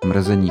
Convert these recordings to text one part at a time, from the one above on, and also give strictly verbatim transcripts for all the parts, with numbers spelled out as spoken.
Mrzení.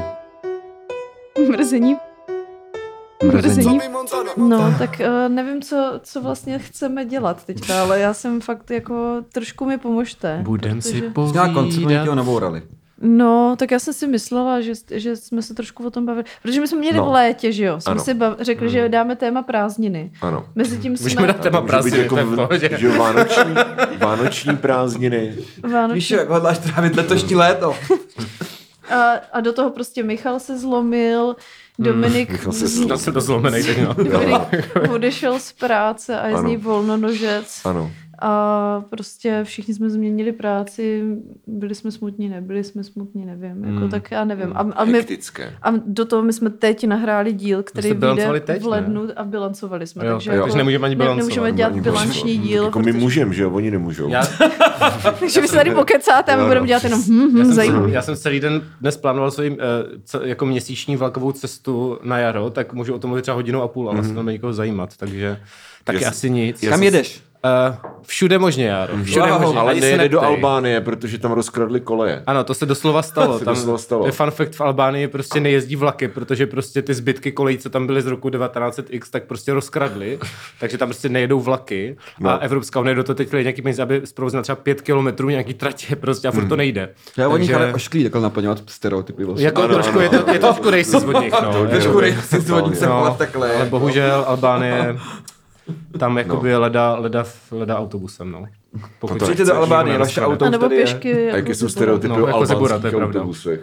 Mrzení? Mrzení. No, tak uh, nevím, co, co vlastně chceme dělat teďka, ale já jsem fakt jako, trošku mi pomožte. Budem protože... si Měla koncept, povídat. někoho nabourali. No, tak já jsem si myslela, že, že jsme se trošku o tom bavili. Protože my jsme měli No. v létě, že jo? Jsme Ano. si bav... řekli, že dáme téma prázdniny. Ano. Mezitím jsme... Můžeme dát téma prázdniny, jako to je v pohodě. že jo, vánoční, vánoční prázdniny. Vánoční... Víš, jak hodláš trávit letošní léto? A, a do toho prostě Michal se zlomil, Dominik, Michal se z... To se to zlomenej teď, no. Dominik odešel z práce a je z Ano. něj volnonožec. Ano. A prostě všichni jsme změnili práci, byli jsme smutní, nebyli jsme smutní, nevím. Jako, Hmm. tak já nevím. A, a, my, Hektické. a do toho my jsme teď nahráli díl, který jste vyjde bilancovali teď, v lednu a bilancovali jsme. Jo, takže, jo, jako, takže nemůžeme ani ne, bilancovat. nemůžeme dělat Ani bilanční díl. Jako my můžeme, že jo, oni nemůžou. Já, Takže vy se tady pokecáte a my Jo, budeme no. dělat jenom hm, hm, já, jsem, zajímavý. já jsem celý den dnes plánoval svou uh, jako měsíční vlakovou cestu na jaro, tak můžu o tom mluvit třeba hodinu a půl, ale mm-hmm. se to mě někoho zajímat, takže taky Jas- asi nic. Já Kam jsem- jedeš? Uh, všude možně, Jaro. Všude Wow, možně. Ale Ani se nejede do neptej. Albánie, protože tam rozkradli koleje. Ano, to se doslova stalo. To se Tam, doslova stalo. To je fun fact, v Albánii prostě nejezdí vlaky, protože prostě ty zbytky kolejí, co tam byly z roku devatenáct set X, tak prostě rozkradli, takže tam prostě nejedou vlaky No. a Evropská unie do toho teď nějaký peníze, aby zprovoznila třeba pět kilometrů nějaký tratě prostě a furt to nejde. Já od nich Takže- ale ošklí takhle naplňovat stereotypy vlastně. Jako Ano, trošku, ano, je to, ano. je to trošku racist od nich, no. To Trošku je- rejsi zvodní se No, chovat takhle. ale bohužel Albánie tam jakoby No. leda, leda, leda autobusem, no. Pokud to Přijďte chce, do Albánie, nikdo vaše nerozkrade. auto A už nebo tady je. pěšky. A jako jaké jsou Zebora. stereotypy No, o jako Zebora, to je albánských pravda. autobusech?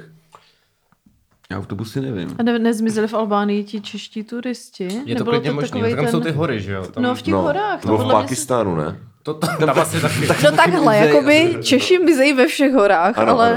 Já autobusy nevím. A ne, nezmizeli v Albánii ti čeští turisti? Je to Nebylo klidně možný, takovej tam ten... jsou ty hory, že jo? Tam, No v těch horách. to Nebo v podle mě si- Pákistánu, ne? to, to, tam asi taky. No takhle, mizej. jakoby Češi mizejí ve všech horách, Ano, ale,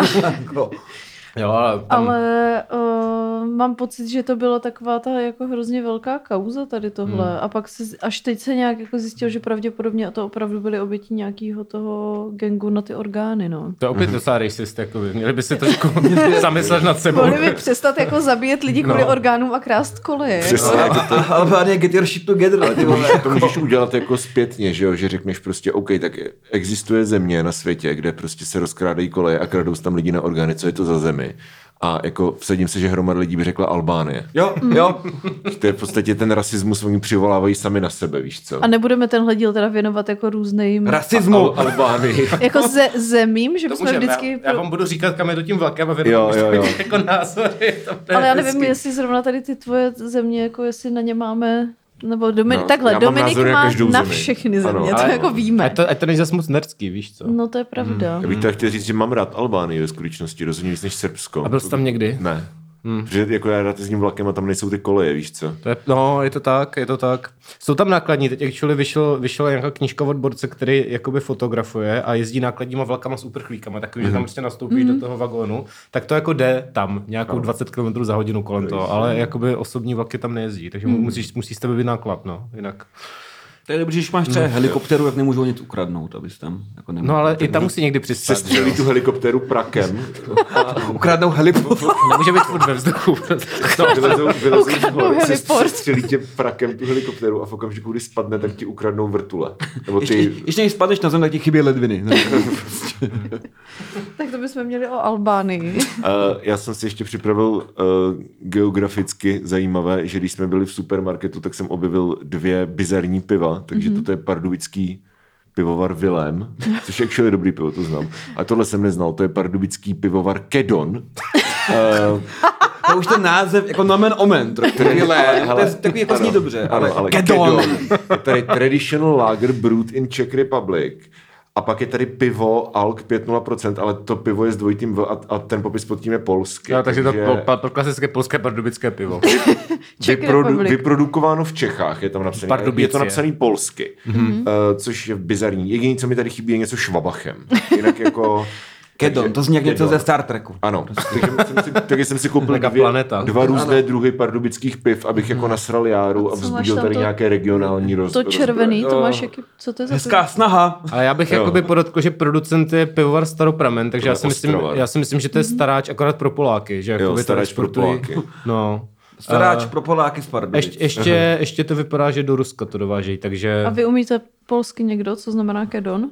Jo, ale tam, ale uh, mám pocit, že to byla taková ta jako hrozně velká kauza tady tohle. Hmm. A pak se, až teď se nějak jako zjistil, že pravděpodobně to opravdu byly oběti nějakého toho gangu na ty orgány, no. to je opět docela racist, jakoby. Měli by si to jako zamyslet nad sebou. Mohli by přestat jako zabíjet lidi kvůli No. orgánům a krást koleje. Přesně. Jako. Albánie, get your shit together. Ale to můžeš, to můžeš udělat jako zpětně, že jo, že řekneš prostě OK, tak existuje země na světě, kde prostě se rozkrádají koleje a kradou se tam lidi na orgány, co je to za zemi? A jako vsadím se, že hromada lidí by řekla Albánie. Jo, jo. To je v podstatě ten rasismus, oni přivolávají sami na sebe, víš co? A nebudeme tenhle díl teda věnovat jako různým Rasismu. Al- Albánii. jako ze, zemím, že To bychom můžeme, vždycky... já, já vám budu říkat, kam je to tím vlakem a Jo, věnovat jo, jo. jako názory. To, to je Ale já nevím, hezký. jestli zrovna tady ty tvoje země, jako jestli na ně máme... Nebo Domin... No, takhle, já mám Dominik názory na má každou na zemi. všechny země, Ano. to Ale- jako víme. Ať to, ať to není zas moc nerdský, víš co? No to je pravda. Já bych to chtěl říct, že mám rád Albánii ve skutečnosti, rozhodně víc než Srbsko. A byl jsi tam někdy? Ne. Hmm. Protože jako já rád jezdím vlakem a tam nejsou ty koleje, víš co? To je, no, je to tak, je to tak. Jsou tam nákladní, teď actually vyšel, vyšel nějaká knížka od borce, který jakoby fotografuje a jezdí nákladníma vlakama s uprchlíkama, takový, mm-hmm. že tam prostě nastoupí mm-hmm. do toho vagónu, tak to jako jde tam nějakou No. dvacet kilometrů za hodinu kolem toho, ale jakoby osobní vlaky tam nejezdí, takže mm. musíš, musíš z tebe být náklad, no, jinak. To je dobře, když máš třeba helikopteru, jak nemůžou nic ukradnout, abys tam jako nemohl. No ale i tam musí někdy přistat. Se střelí tu helikoptéru prakem. ukradnou heliport. Nemůže být furt ve vzduchu. Vylezou, vylezou z Ukradnou hor, se heliport. střelí tě prakem tu helikoptéru a v okamžiku, kdy spadne, tak ti ukradnou vrtule. Nebo Ještě, ty... ještě než spadneš na zem, tak ti chybí ledviny. Ne? Tak to bychom měli o Albánii. Uh, já jsem si ještě připravil uh, geograficky zajímavé, že když jsme byli v supermarketu, tak jsem objevil dvě bizarní piva, takže mm-hmm. toto je pardubický pivovar Vilém, což je actually dobrý pivo, to znám. A tohle jsem neznal, to je pardubický pivovar Kedon. Uh, To už ten název, jako nomen omen, trochu. To je takový jako zní dobře, ale, ano, ale Kedon. Kedon. Je tady traditional lager brewed in Czech Republic. A pak je tady pivo Alk pět nula procent, ale to pivo je s dvojitým V a, a ten popis pod tím je polský. No, takže to pro, pro klasické polské pardubické pivo. Vyprodu, vyprodukováno v Čechách, je tam napsané. Pardubice. Je to napsané polsky, mm-hmm. uh, což je bizarní. Jediné, co mi tady chybí, je něco švabachem. Jinak jako... Kedon, to zní jak něco ze Star Treku. Ano, takže jsem si, takže jsem si koupil Mega dvě, planeta. dva různé ano. druhy pardubických piv, abych jako nasral járu a co máš vzbudil tam tady to- nějaké regionální roz, To červený, to Jo. máš jaký... Co to je za Hezká snaha. Ale já bych Jo. jakoby podotkl, že producent je pivovar Staropramen, takže To je já si, myslím, Ostrovar. já si myslím, že to je staráč akorát pro Poláky. Že jakoby to staráč pro exportují. Poláky. No. Staráč A pro Poláky z Pardubic. ještě, ještě, ještě to vypadá, že do Ruska to dovážejí, takže... A vy umíte polsky někdo, co znamená kedon?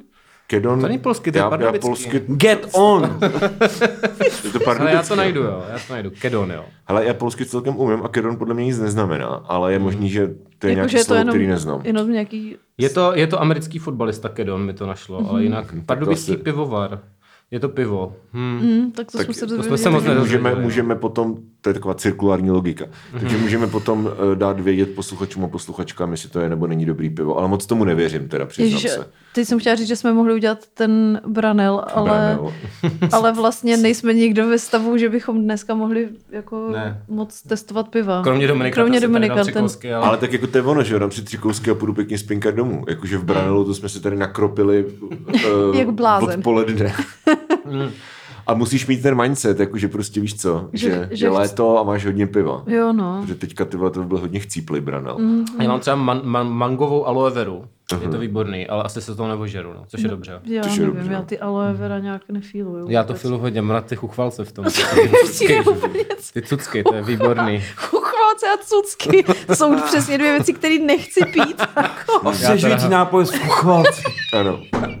Kedon, To není polsky, to je já, já pardubický. polsky, Get on! je to Ale já to pardubický. najdu, jo, já to najdu. Kedon, jo. Hele, já polsky celkem umím a kedon podle mě nic neznamená, ale je možný, že to je Jako, nějaký že je to slovo, jenom, který neznám. jenom nějaký... Je to, je to americký fotbalista Kedon, mi to našlo, ale jinak pardubický asi- pivovar. Je to pivo. Hm. Mm, tak to Tak jsme se to dozvěděli. jsme se moc taky. nedozvěděli. Můžeme, jo. můžeme potom, to je taková cirkulární logika, takže můžeme potom uh, dát vědět posluchačům a posluchačkám, jestli to je nebo není dobrý pivo, ale moc tomu nevěřím, teda přiznám Ježiš, se. teď jsem chtěla říct, že jsme mohli udělat ten branel, ale, Branel. ale vlastně nejsme nikdo ve stavu, že bychom dneska mohli jako Ne. moc testovat piva. Kromě Dominika, Kromě ta si tady Dominika, dal tři ten... kousky, ale... Ale tak jako to je ono, že jo, dám si tři kousky a půjdu pěkně spinkat domů. Jakože v Branelu to jsme se tady nakropili uh, Jak blázen. odpoledne. A musíš mít ten mindset, jakože prostě víš co, že, Že- že, že je chc- léto a máš hodně piva. Jo, no. Protože teďka ty vole, to by byl hodně chcíplý Branel. Mm. Já mám třeba man, man, mangovou aloe veru. Je to výborný, ale asi se to nevožeru, no, což je dobře. Já Což je nevím, dobře. já ty aloe vera nějak nefíluju. Já to vůbec. filu hodně, mám na ty chuchvalce v tom. Přijde úplně Ty cucky, to je výborný. chuchvalce a cucky. To jsou přesně dvě věci, které nechci pít. Jako. Osvěžující nápoj z chuchvalci. Ano.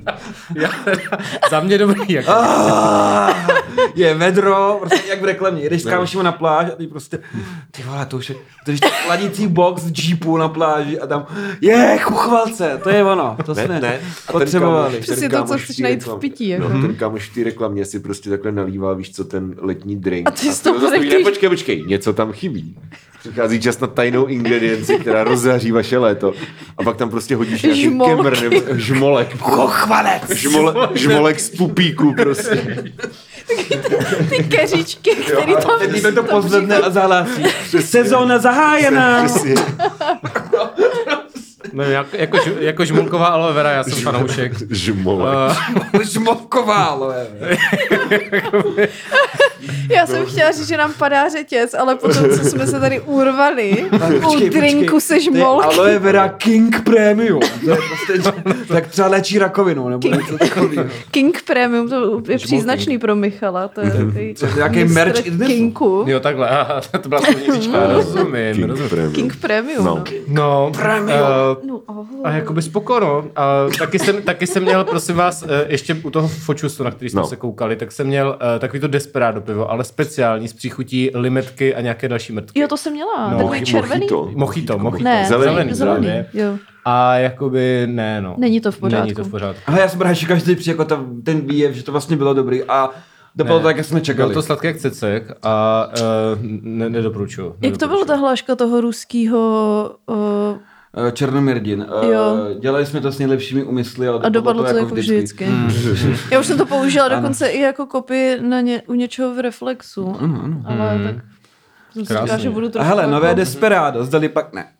Za mě dobrý, jako. Je vedro, prostě jak v reklamě. Jdeš s kámošima na pláž a ty prostě, ty vole, to už je, to je chladící box v jeepu na pláži a tam, je, chuchvalce, to je ono, to Ne, jsme ne. A ten potřebovali. kámoš- Přesně ten to, co kámoš v chceš té najít v reklamě- pití, jako. No, ten kámoš v té reklamě si prostě takhle nalívá, víš co, ten letní drink. A ty a z toho zase nechtěš- ne, počkej, počkej, něco tam chybí. Přichází čas na tajnou ingredienci, která rozzáří vaše léto. A pak tam prostě hodíš nějaký Žmolky. kemr nebo žmolek. Chuchvalec! Žmole, žmolek z pupíku prostě. Ty keříčky, které tam... Teď mi to pozvedne a zahlásí. Sezóna zahájená! Přesně. No, jako, jako, ž- jako žmulková aloe vera, já jsem fanoušek. Žmolek. Uh, Žmokoválo, Já jsem chtěla říct, že nám padá řetěz, ale potom, co jsme se tady urvali, u drinku se To je žmolky. aloe vera King Premium. To je prostě, tak třeba léčí rakovinu, nebo něco takového. King Premium, to je příznačný pro Michala. To je takový To je nějaký mistr merch i dnes. Kinku. jo, takhle, aha, to byla slovníčka, rozumím, King rozumím. Premium. King Premium, No. no. No, Premium. uh, No, ahoj. a jakoby spokoro. A taky jsem, taky jsem měl, prosím vás, eh, ještě u toho fočusu, na který jsme No. se koukali, tak jsem měl uh, takový to Desperado pivo, ale speciální s příchutí limetky a nějaké další mrtky. Jo, to jsem měla. No. Takový červený. Mojito. Mochito, mochito. Ne, Zelený, zelený. zelený. právě. Jo. A jakoby ne, no. Není to v pořádku. Není to v pořádku. Aha, já jsem právě čekal, že teď přijde jako ta, ten výjev, že to vlastně bylo dobrý a dopadlo Ne. tak, jak jsme čekali. Bylo to sladké jak cecek a uh, ne, nedoporučuju. Jak to byla ta hláška toho ruského... Uh, Eh, Černomirdin. Eh, Jo. Dělali jsme to s nejlepšími úmysly, ale a dopadlo to jako vždycky. vždycky. Já už jsem to použila dokonce i jako kopii na ně, u něčeho v Reflexu. Ale tak jsem si říkala, Krásný. že budu A trošku... hele, nové jako... Desperado, zdali pak ne.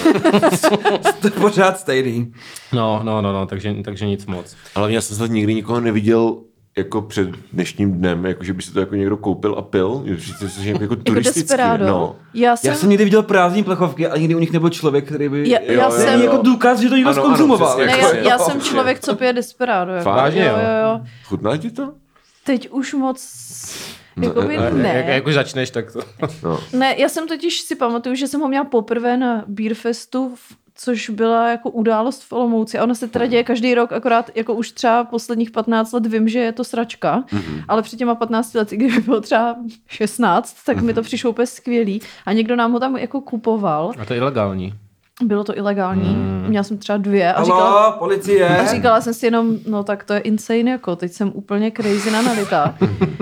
To je pořád stejný. No, no, no, no, takže, takže nic moc. Ale já jsem snad nikdy nikoho neviděl jako před dnešním dnem, jako že by si to jako někdo koupil a pil. Že to je jako Jako turistický. Desperado. No. Já jsem... Já jsem někdy viděl prázdní plechovky, ale nikdy u nich nebyl člověk, který by... Já- já To je jsem- jako důkaz, že to někdo Ano, ano, zkonzumoval. přesně, Ne, jako já, je. já Jo, jsem určitě. člověk, co pije Desperado. Jako. Vážně, jo, jo? jo, jo. Chutná ti to? Teď už moc... Jakoby A, ne. Jak, jak už začneš, tak to... No. Ne, já jsem totiž si pamatuju, že jsem ho měla poprvé na Beerfestu, v- což byla jako událost v Olomouci. A ona se teda děje každý rok, akorát jako už třeba posledních patnáct let vím, že je to sračka, mm-hmm. ale před těma patnácti lety, kdyby bylo třeba šestnáct, tak mm-hmm. mi to přišlo úplně skvělý. A někdo nám ho tam jako kupoval. A to je ilegální. Bylo to ilegální. Mm. Měla jsem třeba dvě a Halo, říkala, policie. a říkala jsem si jenom, no tak to je insane, jako teď jsem úplně crazy na nalitá.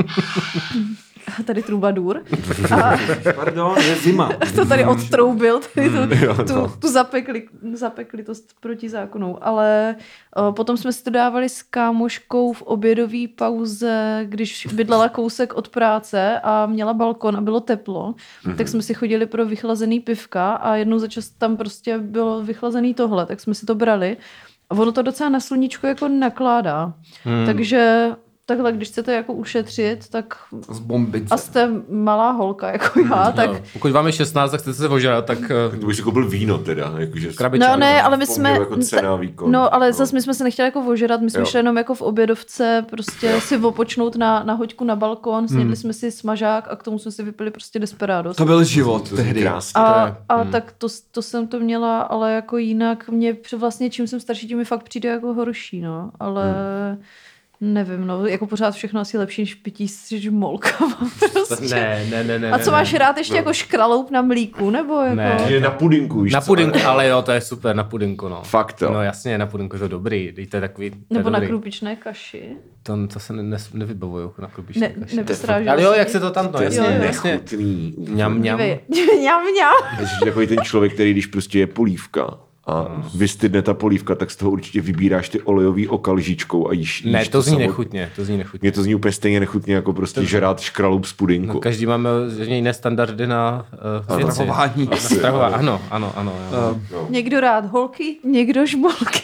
A tady trubadur. A Pardon, je zima. to tady odtroubil, tady tu, Jo, tu, no. tu zapekli, zapeklitost proti zákonu. Ale uh, potom jsme si to dávali s kámoškou v obědové pauze, když bydlela kousek od práce a měla balkon a bylo teplo, mm-hmm. tak jsme si chodili pro vychlazený pivka a jednou za čas tam prostě bylo vychlazený tohle, tak jsme si to brali. A ono to docela na sluníčko jako nakládá. Hmm. Takže takhle, když chcete jako ušetřit, tak Z bombice. a jste malá holka jako já, tak... No, pokud vám je šestnáct, tak chcete se ožrat, tak To bych si koupil víno teda, jakože... krabičák. No ne, ale my jsme... Jako cena, výkon. No, ale zase my jsme se nechtěli jako ožerat, my jsme Jo. šli jenom jako v obědovce prostě Jo. si opočnout na, na hoďku na balkon, snědli Hmm. jsme si smažák a k tomu jsme si vypili prostě Desperados. To byl život To zní tehdy. krásně. A, a Hmm. tak to, to jsem to měla, ale jako jinak mě pře- vlastně čím jsem starší, tím mi fakt přijde jako horší, no, ale nevím, no, jako pořád všechno asi lepší než pití s žmolkama prostě. Ne, ne, ne, ne. A co ne, máš ne. rád ještě jako škraloup na mlíku, nebo jako... Ne. Je na pudinku, víš Na co? pudinku, ale jo, to je super, na pudinku, no. Fakt to. No jasně, na pudinku je to dobrý, to je takový, to je Nebo na dobrý. krupičné kaši. To, to se ne, ne, nevybavuju na krupičné Ne, kaši. nevystrážel Ale jo, jsi? jak se to tam, no To je jasně, Jo, jo. jasně. nechutný. Mňam, mňam. Dívej, mňam, mňam. Jsi takový ten člověk, který když prostě je polívka a vystydne ta polívka, tak z toho určitě vybíráš ty olejový okal lžičkou a jíš. Ne, jíš to zní samot- nechutně, to zní nechutně. Mně to zní úplně stejně nechutně, jako prostě žrát škraloup z pudinku. No, každý máme jiné standardy na uh, věci. Strahování. Na strahování, ano, ano, ano. Jo. No. Někdo rád holky, někdo žmolky.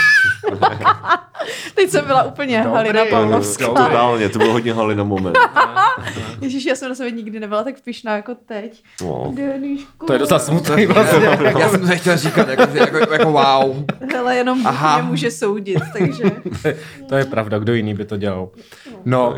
Teď jsem byla úplně Halina Pavlovská. Totálně, to bylo hodně Halina moment. Ježíš, já jsem na sebe nikdy nebyla tak pyšná jako teď. No. Deníšku. To je docela smutný vlastně. Já jsem to chtěl říkat, jako, jako, jako wow. Hele, jenom Bůh Aha. mě může soudit, takže... To je pravda, kdo jiný by to dělal. No,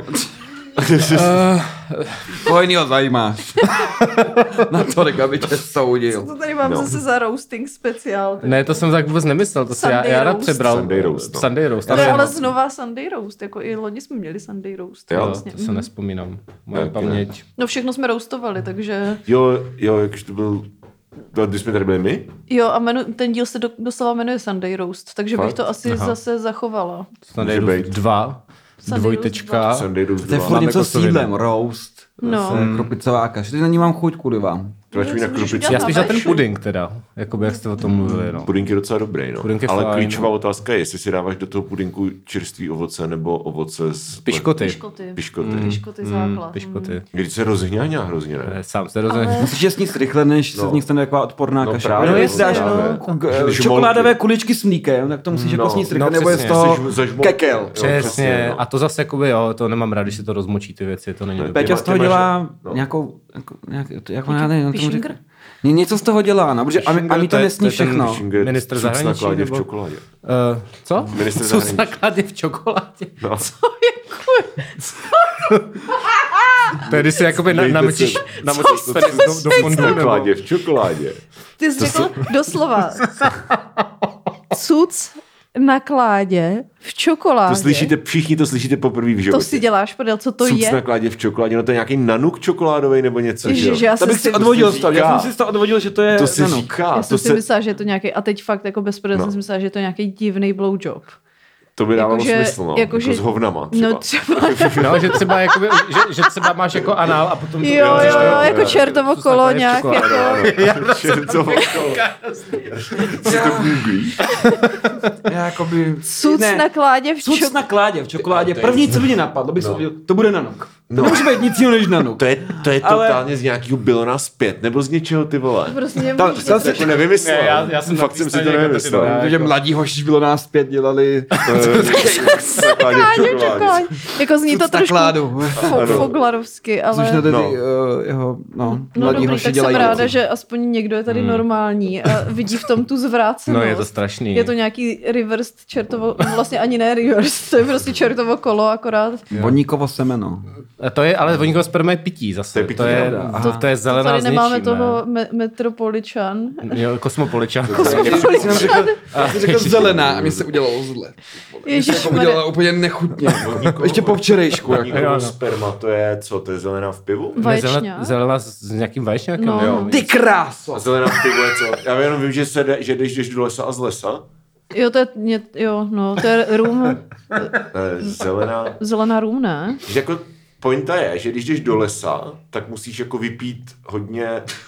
Koho jinýho zajímáš? Na to, aby tě soudil. Co to tady mám No. zase za roasting speciál? ne, to jsem tak vůbec nemyslel, to si já, Sunday já rád roast. přebral. Sunday roast, no. Sunday roast. To je ano. ale znova Sunday roast, jako i loni jsme měli Sunday roast. Jo, Jo, vlastně. to se Mhm. nespomínám. Moje Taky paměť. No všechno jsme roastovali, takže... Jo, jo, jakož to byl... To, když jsme tady byli my? Jo, a jmenu, ten díl se do, doslova jmenuje Sunday roast, takže bych Fakt? to asi Aha. zase zachovala. Sunday Může roast být. dva, Sunday dvojtečka. roast Sunday roast To je dva. furt Máme něco s kosovinu. jídlem, roast, No. zase krupicová kaše. Teď na ní mám chuť, kudy vám. To máš mít na Co můžeš krupici. udělat? Já spíš na ten Dáváš? puding teda, jakoby jak jste o tom mluvili, no. Pudink je docela dobrý, no. Pudink je Ale fajn, klíčová no. otázka je, jestli si dáváš do toho pudinku čerstvý ovoce nebo ovoce z... Piškoty. Piškoty. Piškoty. Mm. Piškoty základ. Piškoty. Když se rozhňáňá hrozně, ne? Ne, Sám se rozhodně. Musíš je sníst rychle, než se No. z nich stane taková odporná No kaše. právě, No, no, jestli dáš právě. k- Žmolky. čokoládové kuličky s mlíkem, tak to musíš jako No. sníst rychle, No, nebo je z přesně. toho Jsi zažmolky. kekel. Jo, Přesně, přesně, no. a to zase jakoby jo, to nemám rád, když se to rozmočí ty věci, to není Ne, dobré. Péťa Ty z má- toho ty máš- dělá no. nějakou, jako, nějak, to- jak ona nevím, tomu Pishinger? říká. Ně- Něco z toho dělá, no, protože a my, a my to to je- nesní to je ten všechno. Pishinger je Ministr cuc zahraničí, na kládě v nebo- čokoládě. Uh, co? Ministr Sus zahraničí. na kládě v čokoládě. No. To je, když si jakoby na, Dejte namlčíš, se- namlčíš Co penis do, do Cuc fondu. na nebo- kládě v čokoládě. Ty jsi řekl doslova. Cuc na kládě v čokoládě. To slyšíte, všichni to slyšíte poprvé v To životě. si děláš, podél, co to Cuc je? na kládě v čokoládě, no to je nějaký nanuk čokoládový nebo něco, že Ježiš, jo? já To jsem bych si si, odvodil se z toho, já říká. jsem si z toho odvodil, že to je To se nanuk. říká, já to jsem si se, myslela, že je to nějaký, a teď fakt jako bez prdele No. jsem si myslela, že je to nějaký divný blowjob. to by dávalo Jakože- smysl, no. jakože- Jako s hovnama třeba. No třeba. No, že třeba, jakoby, že, že třeba máš jako anál a potom... to- Jo, jo, jo, jo, jako jo. čertovo Sus na kolo kládě v nějak, čokoládě. jako... Čertovo kolo. Si to googlíš? Já jakoby... Cuc ne, na kládě v Cuc čokoládě. na kládě v čokoládě. To je- První, co by mě napadlo, bych si No. udělal, to bude nanuk. To No. nemůže být nic jiného než nanuk. To je, to je Ale- totálně z nějakého Bylona zpět, nebo z něčeho, ty vole. Prostě Ta- nemůžu. ta- To jako nevymyslel. Ne, já- já jsem na Fakt té jsem si straně to jako nevymyslel. ty, no, Protože mladí hoši bylo nás pět dělali Nakládě v čokoládě. Čokoládě. Jako zní to cuc na trošku kládu. fo- Ano. foglarovsky, ale... Což na tedy No. uh, jeho, no, No mladí dobrý, hoši tak jsem dělají ráda, věci. že aspoň někdo je tady Hmm. normální a vidí v tom tu zvrácenost. No, je to strašný. Je to nějaký reversed čertovo, no vlastně ani ne reversed, to je prostě čertovo kolo akorát. Voníkovo semeno. A to je, ale voníkovo sperma je pití zase. To je pití, to je, pravda. to, to je zelená Tady s nemáme něčím, toho me- Metropoličan. Ne? Jo, kosmopoličan. Když jsem řekl, jsem řekl zelená a mě se udělalo zle. Mě se jako Ježišmarja. udělalo úplně nechutně. Ještě po včerejšku. Jako. Jo, no. Sperma, to je co, to je zelená v pivu? Ne, Vaječňák. zelená, zelená s, s nějakým vaječňákem? No. jo. Ty kráso! A zelená v pivu je co? Já jenom vím, že, se jde, že když jdeš do lesa a z lesa, Jo, to je, ně, jo, no, to je rum, eh, zelená, zelená rum, ne? že jako pointa je, že když jdeš do lesa, tak musíš jako vypít hodně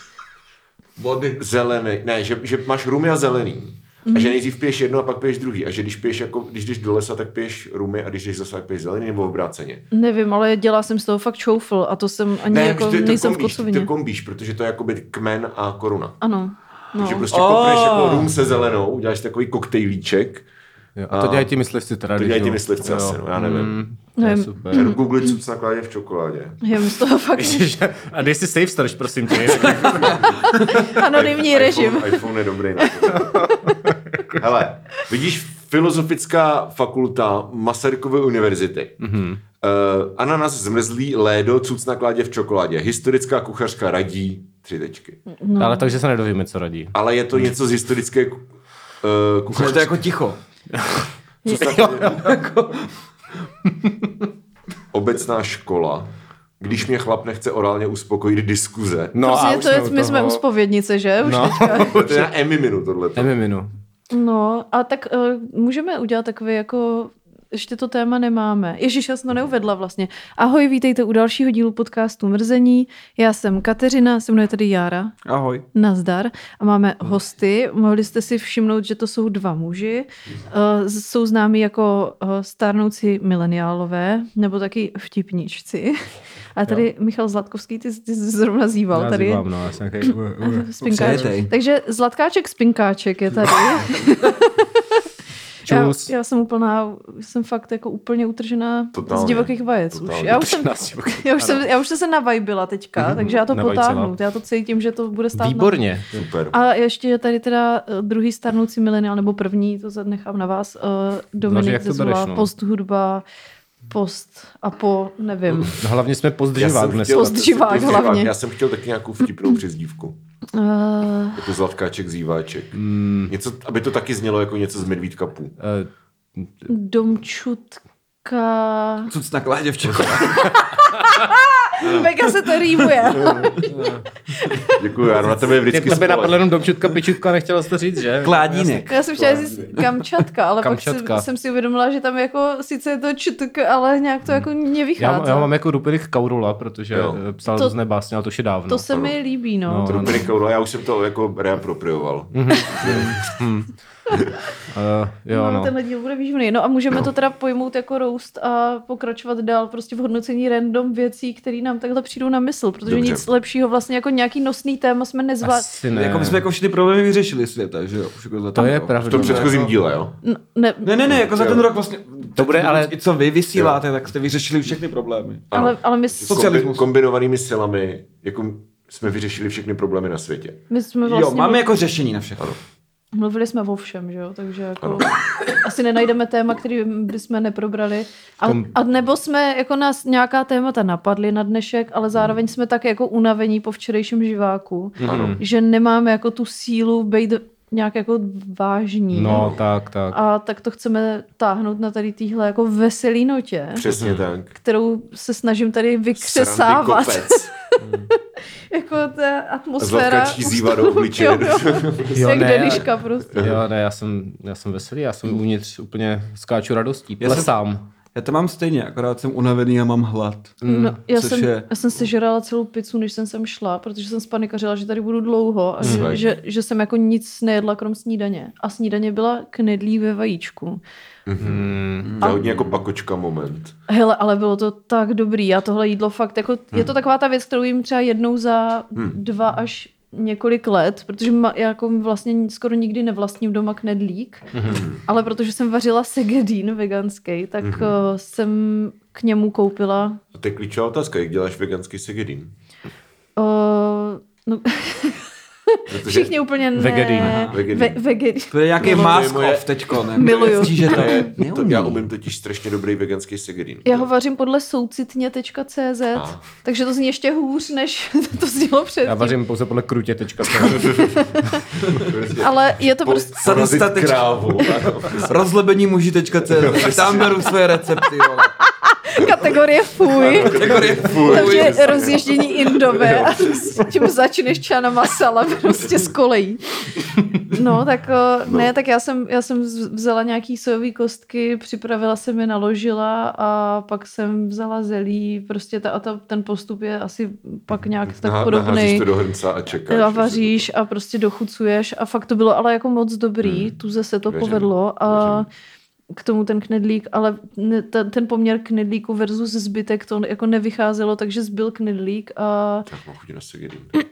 Vody. zelený, ne, že, že máš rumy a zelený. A že nejdřív piješ jedno a pak piješ druhý. A že když piješ jako, když jdeš do lesa, tak piješ rumy a když jdeš zase, tak piješ zelený nebo obráceně. Nevím, ale dělala jsem z toho fakt čoufl a to jsem ani Ne, jako ty, ty nejsem v kombíš, ty kocovině. to kombíš, protože to je jakoby kmen a koruna. Ano, no. Takže prostě Oh. kopneš jako rum se zelenou, uděláš takový koktejlíček Jo, a to dělají ti myslivci teda. To dělají ti jo. myslivci Jo. asi, no, já nevím. Mm, to je Nevím. super. Já jdu googlit cuc na kládě v čokoládě. Je mi z toho fakt Ježiš, a dej si safe storage, prosím tě. anonymní režim. iPhone, iPhone je dobrý na to. Hele, vidíš, Filozofická fakulta Masarykovy univerzity. Mm-hmm. Uh, ananas zmrzlý, lédo, cuc na kládě v čokoládě. Historická kuchařka radí, tři tečky. No. Ale takže se nedovíme, co radí. Ale je to něco z historické uh, Je kuchařky. to jako ticho. Obecná škola. Když mě chlap nechce orálně uspokojit diskuze. No Prostě už to je, u my jsme toho. u spovědnice, že? Už No. teďka. To je na Emiminu tohleto. Emiminu. No, a tak uh, můžeme udělat takový jako... Ještě to téma nemáme. Ježiš, já jsem to neuvedla vlastně. Ahoj, vítejte u dalšího dílu podcastu Mrzení. Já jsem Kateřina, se mnou je tady Jára. Ahoj. Nazdar. A máme hosty. Mohli jste si všimnout, že to jsou dva muži. Uh, jsou známí jako uh, stárnoucí mileniálové, nebo taky vtipníčci. A tady jo. Michal Zlatkovský, ty, ty jsi zrovna zýval. Já tady zývám, no, já jsem nějaký... Spinkáček. Přijďte. Takže Zlatkáček Spinkáček je tady. Já, já jsem úplná, jsem fakt jako úplně utržená Totálně. z divokých vajec. Už. Totálně. Já už jsem, já už jsem, já už jsem se navajbila teďka, takže já to Navajcela. potáhnu. Já to cítím, že to bude stát. Výborně. Super. A ještě je tady teda uh, druhý starnoucí mileniál, nebo první, to nechám na vás, uh, Dominik jak to Zezula, bereš, no? Posthudba, post a po, nevím. No, hlavně jsme pozdrživák dnes. chtěl- Pozdřivák pozdřivák. hlavně. Já jsem chtěl taky nějakou vtipnou přezdívku. Uh, Jako Zlatkáček, Zýváček. Mm, Něco, aby to taky znělo jako něco z Medvídkapů. eh, Domčutka... Cuc na kládě v čokoládě. Mega se to rýmuje. Děkuji, já na tebe je Mě vždycky tebe napadlo spolek. jenom domčutka, pičutka, nechtěla jsi to říct, že? Kládínek. Já jsem chtěla říct Kamčatka, ale Kamčatka. pak jsem, jsem si uvědomila, že tam jako sice je to čutk, ale nějak to jako nevychází. Já, já mám jako Rupinik Kaurula, protože Jo. eh, psal To- různé básně, ale to už je dávno. To se mi líbí, no. No. Trubiny Kauro, já už jsem to jako reaproprioval. Uh, jo, no, no. tenhle díl bude výživný. No a můžeme to teda pojmout jako roast a pokračovat dál prostě v hodnocení random věcí, které nám takhle přijdou na mysl, protože Dobře. nic lepšího vlastně jako nějaký nosný téma jsme nezvládli. Asi ne. Jako my jsme jako všechny problémy vyřešili světa, že jo? Už jako za To ten je rok. pravda. V tom předchozím díle, jo? No, ne, Ne, ne, ne, jako za ten rok vlastně. To bude, ale- I co vy vysíláte, tak jste vyřešili všechny problémy. ale, ale my, Socialismus. Kombi- kombinovanými silami jako jsme vyřešili všechny problémy na světě. my jsme Jo, vlastně máme jako řešení na všechno. mluvili jsme o všem, že jo, takže jako asi nenajdeme téma, který bychom neprobrali. A, Kom- a nebo jsme jako nás nějaká témata napadly na dnešek, ale zároveň jsme tak jako unavení po včerejším živáku, Ano. že nemáme jako tu sílu být nějak jako vážní. No, tak, tak. A tak to chceme táhnout na tady téhle jako veselý notě, Přesně tak. kterou se snažím tady Srandy vykřesávat. kopec. Jako ta atmosféra. Zlatkačí zývá do obličeje. Jo, jo. Jo, Jak ne, Deliška prostě. Jo, ne, já jsem, já jsem veselý, já jsem uvnitř úplně skáču radostí, Já jsem- plesám. Já to mám stejně, akorát jsem unavený a mám hlad. No, já, což jsem, je- já jsem sežrala celou pizzu, než jsem sem šla, protože jsem spanikařila, že tady budu dlouho a Mm. že, že, že jsem jako nic nejedla krom snídaně. A snídaně byla knedlí ve vajíčku. Hmm. To je hodně jako pakočka moment. Hele, ale bylo to tak dobrý. Já tohle jídlo fakt, jako, je to taková ta věc, kterou jim třeba jednou za dva až několik let, protože ma, já jako vlastně skoro nikdy nevlastním doma knedlík, ale protože jsem vařila segedín veganský, tak uh, jsem k němu koupila A to je klíčová otázka, jak děláš veganský segedín? uh, no, Protože všichni úplně ne. Vegetarian, aha. Ve, Vegetarian. vegetarian. To je nějaký No, to je mask moje- off teďko, ne? Miluju. Že to to je, to, neumí. já umím totiž strašně dobrý veganský segedín. Já ho vařím podle soucitně tečka cé zet, A. takže to zní ještě hůř, než to znělo předtím. Já vařím pouze podle krutě tečka. Ale je to prostě... Porazit Sadista tečka- krávu. ano. Rozlebení muži tečka cé zet. Tam beru své recepty, vole. Kategorie fuj. Kategorie fuj. Takže rozježdění Indové a tím začneš čana masala prostě z kolejí. No, tak o, ne, tak já jsem, já jsem z- vzala nějaký sojový kostky, připravila jsem je, naložila a pak jsem vzala zelí, prostě ta, a ta, ten postup je asi pak nějak tak Naha- podobný. Naházíš to do hrnca a čekáš. A vaříš a prostě dochucuješ a fakt to bylo ale jako moc dobrý, Hmm. tuze se to Věřím, povedlo a věřím. k tomu ten knedlík, ale ne, ten, ten poměr knedlíku versus zbytek to jako nevycházelo, takže zbyl knedlík a Tak mám chuť na segedín. Si trošku.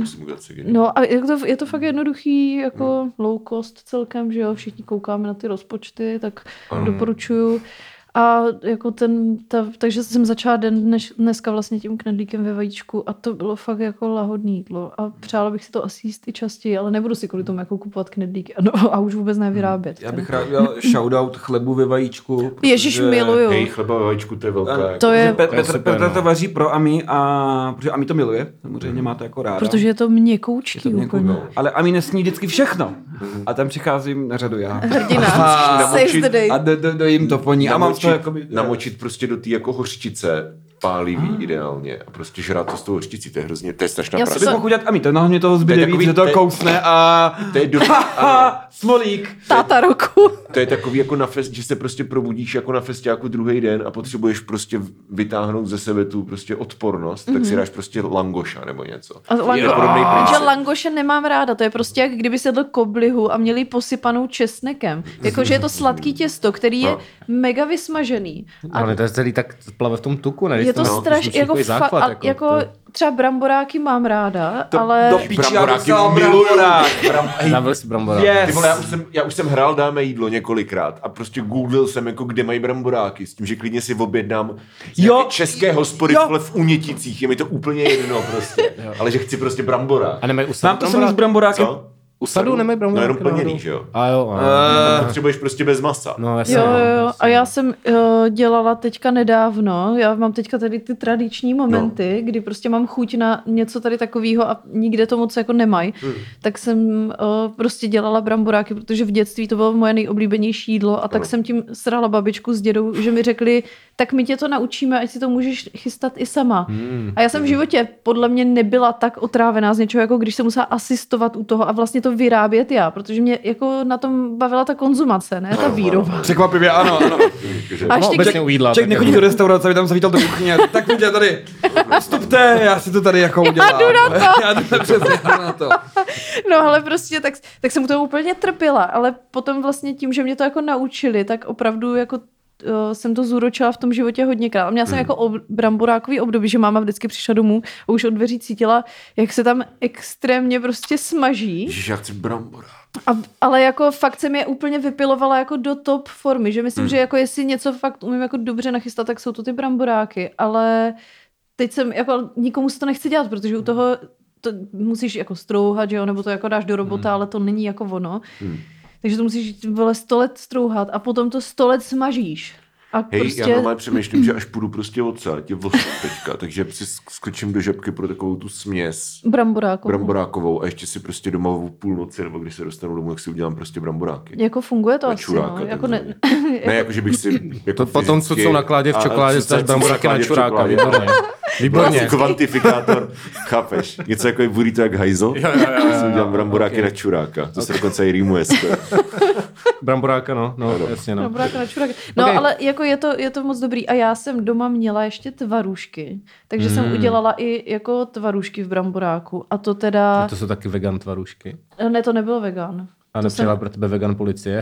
musím udělat se geniální. No a je to, je to fakt jednoduchý, jako hmm. low cost celkem, že jo, všichni koukáme na ty rozpočty, tak Hmm. doporučuju. A jako ten, ta, takže jsem začala den dneš, dneska vlastně tím knedlíkem ve vajíčku a to bylo fakt jako lahodný jídlo a přála bych si to asi jíst i častěji, ale nebudu si kvůli tomu jako kupovat knedlíky a, no, a už vůbec nevyrábět. Já bych rád udělal shoutout chlebu ve vajíčku. Protože... Ježiš, miluju. Hej, chleba ve vajíčku, to je velká. Ano, jako- To je- Petr, to je Petr, super, Petr no. to vaří pro Ami a protože Ami to miluje, samozřejmě má to jako ráda. Protože je to měkoučký Je to měkkou, úplně. no. Ale Ami nesní vždycky všechno. A tam přicházím na řadu já. Hrdina, A- saves the day. A do, do, do jim to po ní. A mám to jakoby... namočit prostě do té jako hořčice pálivý ah. ideálně a prostě žrát to s tou hořčicí, to je hrozně, to je strašná Já To se bych práce. mohl udělat Ami, to na mě toho zbyde víc, takový- že to to je- kousne a... To je, do, ano, Ha, smolík. Táta roku. to je takový jako na fest, že se prostě probudíš jako na festiáku druhý den a potřebuješ prostě vytáhnout ze sebe tu prostě odpornost, mm-hmm. tak si dáš prostě langoša nebo něco. A Je to lango, podobný že princip. langoše nemám ráda, to je prostě jak kdyby se jedl koblihu a měli posypanou česnekem. Jakože je to sladký těsto, který je No. mega vysmažený. A Ale to je celý tak plave v tom tuku, ne? je to no, strašně, jako, fa- a, jako to... třeba bramboráky mám ráda, To ale... do píči, já Bramboráky dostal miluju. bramborák. Dával si brambora. Yes. Ty vole, já už, jsem, já už jsem hrál Dáme jídlo několikrát a prostě googlil jsem, jako kde mají bramboráky, s tím, že klidně si objednám z Jo. nějaké české hospody Jo. vole, v Uněticích, je mi to úplně jedno prostě, ale že chci prostě brambora. A nemají usadu Mám to samý s bramborákem. Co? U sadu nemají No bramboráky. jenom plněný, náhodou? že jo? A jo, a... Eh, Tam potřebuješ prostě bez masa. No, jasně. Jo, no, jo, jo. jasně. A já jsem uh, dělala teďka nedávno, já mám teďka tady ty tradiční momenty, no. kdy prostě mám chuť na něco tady takového a nikde to moc jako nemají. Hmm. Tak jsem uh, prostě dělala bramboráky, protože v dětství to bylo moje nejoblíbenější jídlo a tak Ano. jsem tím srala babičku s dědou, že mi řekli, tak my tě to naučíme, ať si to můžeš chystat i sama. Hmm. A já jsem v životě podle mě nebyla tak otrávená z něčeho, jako když jsem musela asistovat u toho a vlastně to vyrábět já, protože mě jako na tom bavila ta konzumace, ne ta výroba. Překvapivě, ano, ano. A No, ještě obecně u jídla. Ček tak nechodí jako- do restaurace, aby tam zavítal do kuchyně. Tak pojďte tady. Vstupte, já si to tady jako udělám. Já jdu na to. Já jdu přesně jdu na to. No ale prostě tak, tak jsem u toho úplně trpěla, ale potom vlastně tím, že mě to jako naučili, tak opravdu jako uh, jsem to zúročila v tom životě hodněkrát. A měla jsem Hmm. jako ob, bramborákový období, že máma vždycky přišla domů a už od dveří cítila, jak se tam extrémně prostě smaží. Ježiš, já chci brambora. A, ale jako fakt jsem je úplně vypilovala jako do top formy, že myslím, Hmm. že jako jestli něco fakt umím jako dobře nachystat, tak jsou to ty bramboráky, ale teď jsem jako nikomu se to nechci dělat, protože u toho to musíš jako strouhat, že jo, nebo to jako dáš do robota, ale to není jako ono. Hmm. Takže to musíš vole sto let strouhat a potom to sto let smažíš. A Hej, prostě... já normálně přemýšlím, že až půjdu prostě odsaď, je osm teďka, takže si skočím do žabky pro takovou tu směs Bramborákovou. bramborákovou a ještě si prostě doma o půlnoci, nebo když se dostanu domů, tak si udělám prostě bramboráky. Jako funguje to Na asi, čuráka, no. Jako takzvaně. ne... Ne, jako že bych si jako To potom, co fyzicky- jsou na kládě v a- čokoládě, a dáš co- bramboráky co na v čuráka, čokoládě, výborně. ano. Výborně. Vlastně kvantifikátor, chápeš? Něco jako je burrito jak hajzl, Jo, jo, jo, jo, si udělám bramboráky okay. na čuráka. To se dokonce i rýmuje skoro. Bramboráka, no, no, Ano. jasně, no. Bramboráka na čuráka. No, Okay. ale jako je to, je to moc dobrý. A já jsem doma měla ještě tvarůžky. Takže mm. jsem udělala i jako tvarůžky v bramboráku. A to teda... A to jsou taky vegan tvarušky. Ne, to nebyl vegan. A nepřijela pro tebe vegan policie.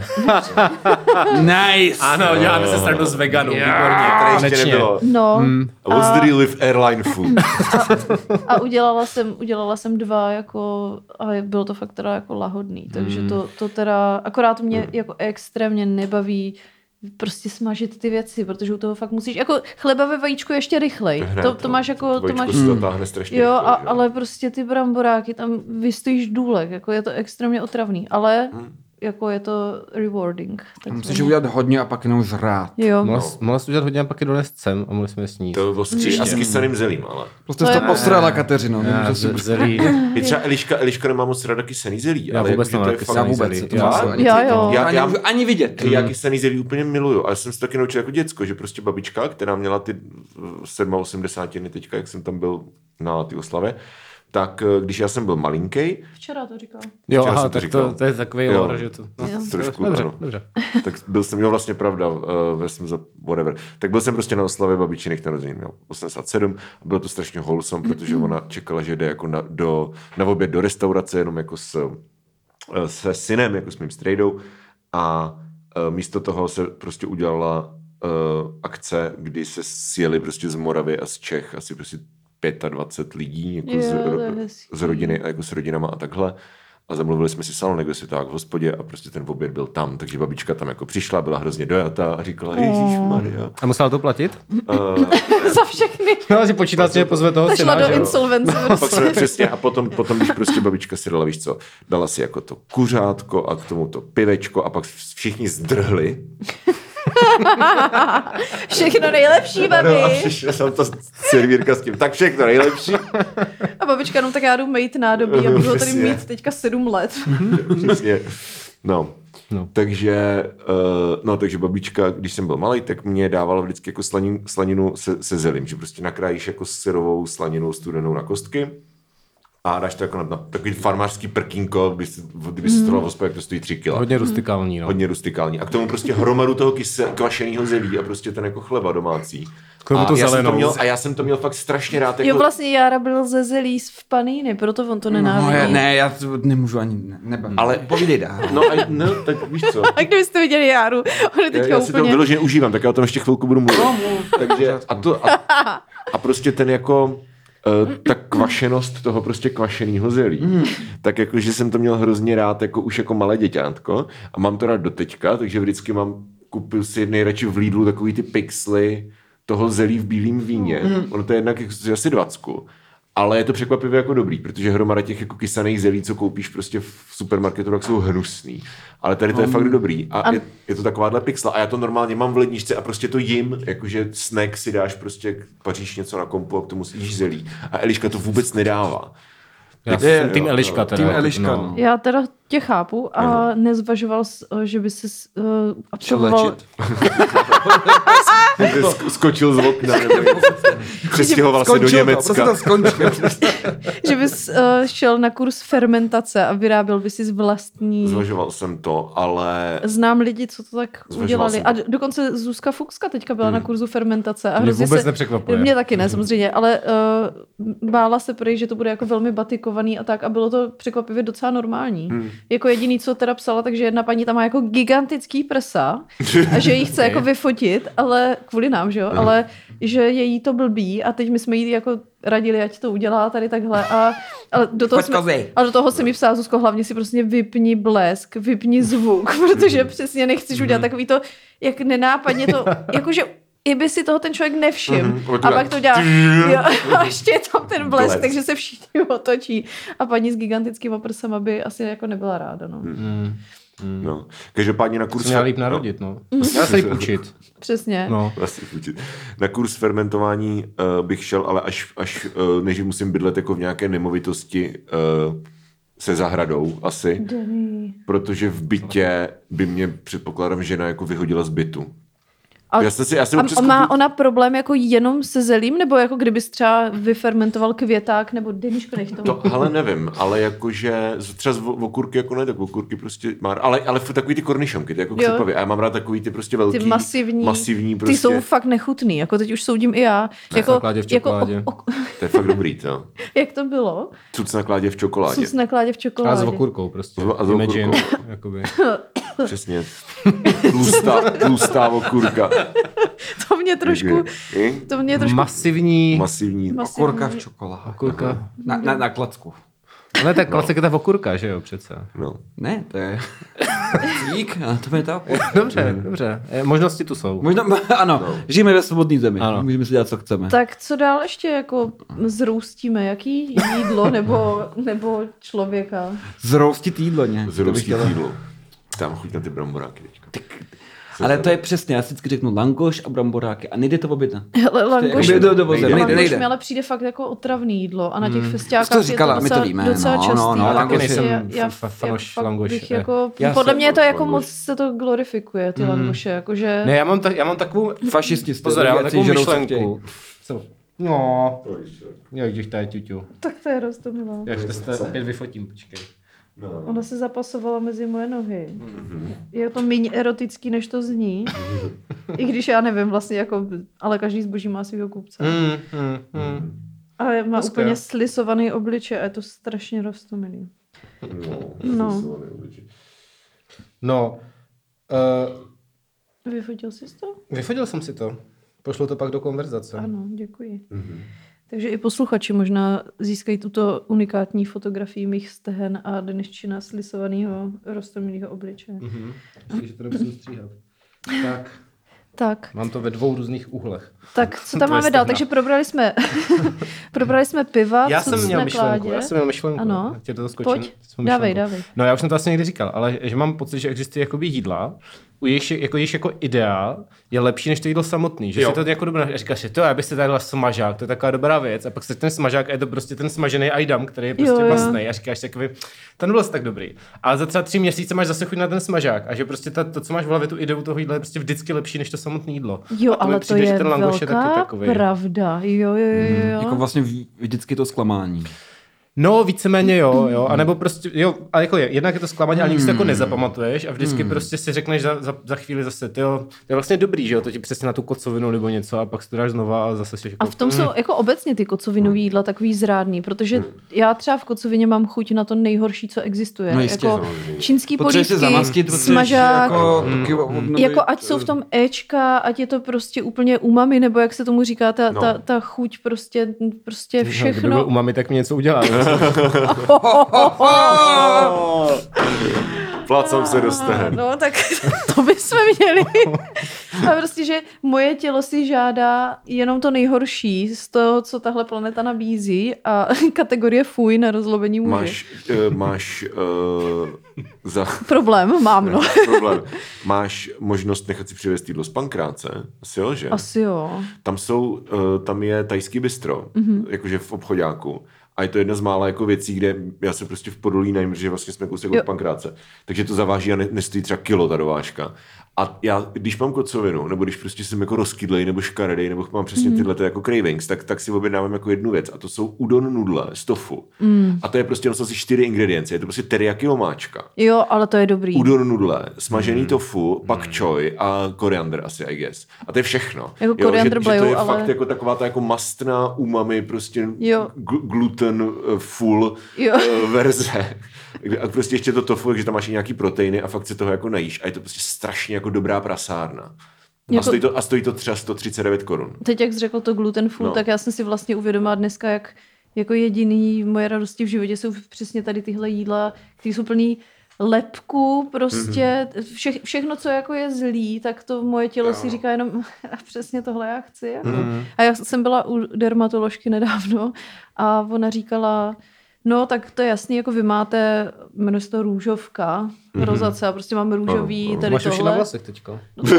Nice. Ano, děláme se srandu z veganů, To ještě Konečně. nebylo. No. Hmm. What's A, the deal with airline food? a udělala jsem, udělala jsem dva jako, a bylo to fakt teda jako lahodný. Takže to, to teda, akorát mě jako extrémně nebaví prostě smažit ty věci, protože u toho fakt musíš, jako chleba ve vajíčku je ještě rychlej. Hned, To, to no. máš jako, to Vajíčko máš... se zatáhne strašně Jo, rychle, a, že? ale prostě ty bramboráky, tam vystojíš důlek, jako je to extrémně otravný, ale jako je to rewarding. Musíš takzvaně. udělat hodně a pak jenom žrát. Jo. Mohla jsi- mohla jsi udělat hodně a pak je donést sem a mohli jsme je sníst. To ostří a s kysaným zelím, ale. Prostě To jsi je- to postrala, Kateřino. Já, nemůžu si- z- zelí. Je třeba Eliška, Eliška nemá moc ráda kysaný zelí, Já ale vůbec jakože nemám to je kysaný fakt... Já vůbec zelí. se to Já- nemůžu ani Já cítit. jo. Já, Já- ani já- nemůžu ani vidět. Já kysaný zelí úplně miluju, ale jsem se taky naučil jako děcko, že prostě babička, která měla ty osmdesátiny teďka, jak jsem tam byl na ty oslavě, tak když já jsem byl malinký, Včera to říkal. Jo, Včera aha, jsem to tak říkal. to, to je takový Jo. lore, že to... No, Jo. trošku, dobře, ano. dobře. tak byl jsem, jo vlastně pravda, uh, ve jsem za whatever, tak byl jsem prostě na oslavě babičiných narozenin, měl osmdesát sedm a bylo to strašně wholesome, protože ona čekala, že jde jako na, do, na oběd do restaurace jenom jako s, se synem, jako s mým strejdou a uh, místo toho se prostě udělala uh, akce, kdy se sjeli prostě z Moravy a z Čech asi prostě dvacet pět lidí jako Jo, z, to je hezký. z rodiny, jako s rodinama a takhle. A zamluvili jsme si salon, kde si tak v hospodě a prostě ten oběd byl tam. Takže babička tam jako přišla, byla hrozně dojatá a říkala, Ježíšmarja. A musela to platit? Uh, Za všechny. No, si počítat, že pozve toho Šla syna, do že jo? insolvence. pak jsme přesně a potom, potom, když prostě babička si dala, víš co, dala si jako to kuřátko a k tomu to pivečko a pak všichni zdrhli. Všechno nejlepší, babi. No, a přišla jsem ta servírka s tím, tak všechno nejlepší. A babička, no tak já jdu mít nádobí a budu ho tady Přesně. mít teďka sedm let. Přesně. No. No. Takže, uh, no, takže babička, když jsem byl malý, tak mě dávala vždycky jako slanin, slaninu se, se zelím, že prostě nakrájíš jako syrovou slaninu studenou na kostky a dáš to jako na, na takový farmářský prkínko, kdyby se, kdyby se stralo v hospodě, jak to stojí tři kila. Hodně rustikální, no. Hodně rustikální. A k tomu prostě hromadu toho kyse, kvašeného zelí a prostě ten jako chleba domácí. K tomu A to já, jsem to zelenou. měl, a já jsem to měl fakt strašně rád. Jako, Jo, vlastně Jára byl ze zelí v paníny, proto on to No, nenávidí. já, ne, já to nemůžu ani, ne, nebavím. Ale- Povídej dál. No, a, no, tak víš co. A kdybyste viděli Járu, on je Já, teďka já si to úplně... vyloženě užívám, tak já o tom ještě chvilku budu mluvit. Takže a, to, a, a prostě ten jako uh, ta kvašenost toho prostě kvašenýho zelí. Mm. Tak jako, že jsem to měl hrozně rád jako už jako malé děťátko a mám to rád doteďka, takže vždycky mám, koupil si nejradši v Lidlu takový ty pixely toho zelí v bílém víně. Mm. Ono to je jednak asi dvacku. Ale je to překvapivě jako dobrý, protože hromada těch jako kysaných zelí, co koupíš prostě v supermarketu, tak jsou hnusný. Ale tady to je fakt dobrý. A, A- je, je to takováhle pixla. A já to normálně mám v ledničce a prostě to jim, jakože snack si dáš prostě, paříš něco na kompu a k tomu jíš zelí. A Eliška to vůbec nedává. Já Je, jsem tým jo, Eliška jo. teda. Tým Eliška, no. Já teda tě chápu a nezvažoval, jsi, že by se uh, absolvoval... Lečit. Ty sk- skočil z okna, nebo přestěhoval se do Skončil to, Německa. prostě to skončil. Že bys uh, šel na kurz fermentace a vyráběl by si z vlastní... Zvažoval jsem to, ale Znám lidi, co to tak Zvažoval udělali. jsem A to. d- dokonce Zuzka Fuxka teďka byla hmm. na kurzu fermentace. A Mě hrozně vůbec se... nepřekvapuje. Mě taky ne, samozřejmě, ale uh, bála se prej, že to bude jako velmi batikovaný a tak a bylo to překvapivě docela normální. Hmm. Jako jediný, co teda psala, takže jedna paní tam má jako gigantický prsa a že jí chce jako vyfotit, ale kvůli nám, že jo, ale že je jí to blbý a teď my jsme jí jako radili, ať to udělá tady takhle a ale do toho, Pojď jsme, kozy. a do toho se mi psala, Zuzko, hlavně si prostě vypni blesk, vypni zvuk, protože přesně nechceš udělat takový to, jak nenápadně to, jakože i by si toho ten člověk nevšiml. Mhm, A pak to dělá. Jo, a ještě je tam ten blesk, Blesk. takže se všichni otočí. A paní s gigantickýma prsama by asi jako nebyla ráda. No. Mm. no. Každopádně na kurz... Jsem měl líp narodit, no. Já se jí učit. Přesně. No. Vlastně fučit. Na kurz fermentování uh, bych šel, ale až, až uh, než musím bydlet jako v nějaké nemovitosti uh, se zahradou asi, Danny. protože v bytě by mě předpokládám žena jako vyhodila z bytu. A, Já jsem si, já jsem a občas má koupil- ona problém jako jenom se zelím, nebo jako kdybys třeba vyfermentoval květák, nebo Deničko, nech tomu. To, hele, nevím, ale jakože třeba z vo- okurky jako ne, tak okurky prostě má, ale, ale furt takový ty kornišonky, ty jako Jo. křepavě. A já mám rád takový ty prostě velký, Ty masivní, masivní prostě. ty jsou fakt nechutný, jako teď už soudím i já. Jako, na kládě v jako, čokoládě. o, o, To je fakt dobrý, to. jak to bylo? Cuc na kládě v čokoládě. Sus na kládě v A čokoládě. s okurkou prostě. A s Imagine, okurkou. jakoby. Přesně. Tlustá, tlustá okurka. To mě trošku, Hm? to mě trošku Masivní Masivní. masivní. Okurka v čokoládě. okurka. Na, na, na klacku. Ale tak klasika ta okurka, že jo, přece. No. Ne, to je... Cík, a to je to. Dobře, dobře. Eh, Možnosti tu jsou. Možná, ano, no. Žijeme ve svobodné zemi. Ano. Můžeme si dělat, co chceme. Tak co dál ještě jako zrůstíme? Jaký jídlo nebo, nebo člověka? Zroustit jídlo, ne? Zroustit jídlo. Tam chuť na ty bramboráky teďka. Ale to je přesně, já si vždycky řeknu langoš a bramboráky a nejde to objednat. Hele, langoš, jakoby do- dovoze, langoš nejde, nejde. mi ale přijde fakt jako otravný jídlo a na těch Hmm. festiákách Jsi to říkala, je to my to docela, víme, docela no, častý. no, no, ale taky prostě nejsem já- já- fa- já fanoš fakt langoše. bych jako, Já podle jsem mě je to jako langoš. moc se to glorifikuje, ty langoše, jakože... Ne, já mám, tak, já mám takovou... Fašisti jste. Pozor, já mám jak si takovou žerou, co myšlenku. Co? No. Jo, když tady ťuťu. Tak to je roztomilá. Já to jste opět vyfotím, počkej. Ona se zapasovala mezi moje nohy. Je to méně erotický, než to zní. I když já nevím vlastně, jako, ale každý zboží má svýho kupce. Mm, mm, mm. A má Hezké. úplně slisovaný obličej a je to strašně roztomilý. No. No, uh, Vyfotil jsi to? vyfotil jsem si to. Pošlu to pak do konverzace. Ano, děkuji. Takže i posluchači možná získají tuto unikátní fotografii mých stehen a Denisčina slisovaného roztomilého obličeje. Mhm. Myslím, že to nemusím stříhat. Tak. Tak. Mám to ve dvou různých úhlech. Tak co tam To je máme dál? stehna. Takže probrali jsme, probrali jsme piva, Já co jsem měl na myšlenku, kládě. já jsem měl myšlenku. Ano. Tě to skočím. Pojď, Svou dávej, myšlenku. dávej. No já už jsem to asi někdy říkal, ale že mám pocit, že existuje jakoby jídla, u jejich jako, jejich jako ideál je lepší než to jídlo samotný. Že Jo. si to jako dobré, a říkáš si, to já bych si dala smažák, to je taková dobrá věc. A pak se ten smažák a je to prostě ten smažený ajdam, který je prostě Jo, jo. masný. A říkáš si, jakoby, to nebylo tak dobrý. Ale za třeba tři měsíce máš zase chuť na ten smažák. A že prostě ta, to, co máš v hlavě, tu ideu toho jídla, je prostě vždycky lepší než to samotné jídlo. Jo, A mi ale to přijde, že je ten langoš je taky velká takový. pravda. Jo, jo, jo, jo. Jako vlastně v- vždycky to zklamání. No, víceméně jo, jo, a nebo prostě, jo, ale jako je, jednak je to zklamání, ale nikdy si to jako nezapamatuješ a vždycky hmm. prostě si řekneš za, za, za chvíli zase, tyjo, to je vlastně dobrý, že jo, to ti přesně na tu kocovinu nebo něco a pak si to dáš znova a zase si jako... A v tom jsou jako obecně ty kocovinový jídla takový zrádný, protože já třeba v kocovině mám chuť na to nejhorší, co existuje. No jistě, jako samozřejmě. čínský Potřebuješ se polívky, zamastit, potřebuješ smažák, jako, taky obnovit, jako ať jsou v tom Ečka, ať je to prostě úplně umami, nebo jak se tomu říká, ta, No. ta, ta chuť prostě, prostě Kdyby byl všechno. umami, tak mi něco udělá. Plácám se do stehen. No, tak to bychom měli. A prostě, že moje tělo si žádá jenom to nejhorší z toho, co tahle planeta nabízí a kategorie fuj na rozlobení muže. Máš, uh, máš uh, za Problém mám, no. problém. Máš možnost nechat si přivést jídlo z Pankráce? Asi jo, že? Asi jo. Tam jsou, uh, tam je tajský bistro, mm-hmm. jakože v obchodáku. A je to jedna z mála jako věcí, kde já se prostě v Podolí najím, protože vlastně jsme kousek od Pankráce. Takže to zaváží a ne, nestojí třeba kilo ta dovážka. A já, když mám kocovinu, nebo když prostě jsem jako rozkydlej, nebo škaredej, nebo mám přesně mm. tyhle jako cravings, tak, tak si objednávám jako jednu věc. A to jsou udon nudle z tofu. Mm. A to je prostě asi čtyři ingredience. Je to prostě teriyaki omáčka. Jo, ale to je dobrý. Udon nudle, smažený mm. tofu, pak choi a koriander asi, I guess. A to je všechno. Jako jo, koriander že, že to je blejou, ale- fakt jako taková ta jako mastná umami, prostě Jo. gl- gluten uh, full Jo. uh, verze. A prostě ještě to tofu, že tam máš i nějaký proteiny a fakt se toho jako najíš. A je to prostě strašně jako dobrá prasárna. A, Jako- stojí to, a stojí to třeba sto třicet devět korun. Teď, jak jsi řekl to gluten full, No. tak já jsem si vlastně uvědomila dneska, jak jako jediný moje radosti v životě jsou přesně tady tyhle jídla, které jsou plný lepku, prostě vše, všechno, co jako je zlý, tak to moje tělo Jo. si říká jenom a přesně tohle já chci. Jako. A já jsem byla u dermatoložky nedávno a ona říkala, no tak to je jasný, jako vy máte, jmenuje se to růžovka, rozace a prostě máme růžový tady Máš už i na tohle. vlasech teďko.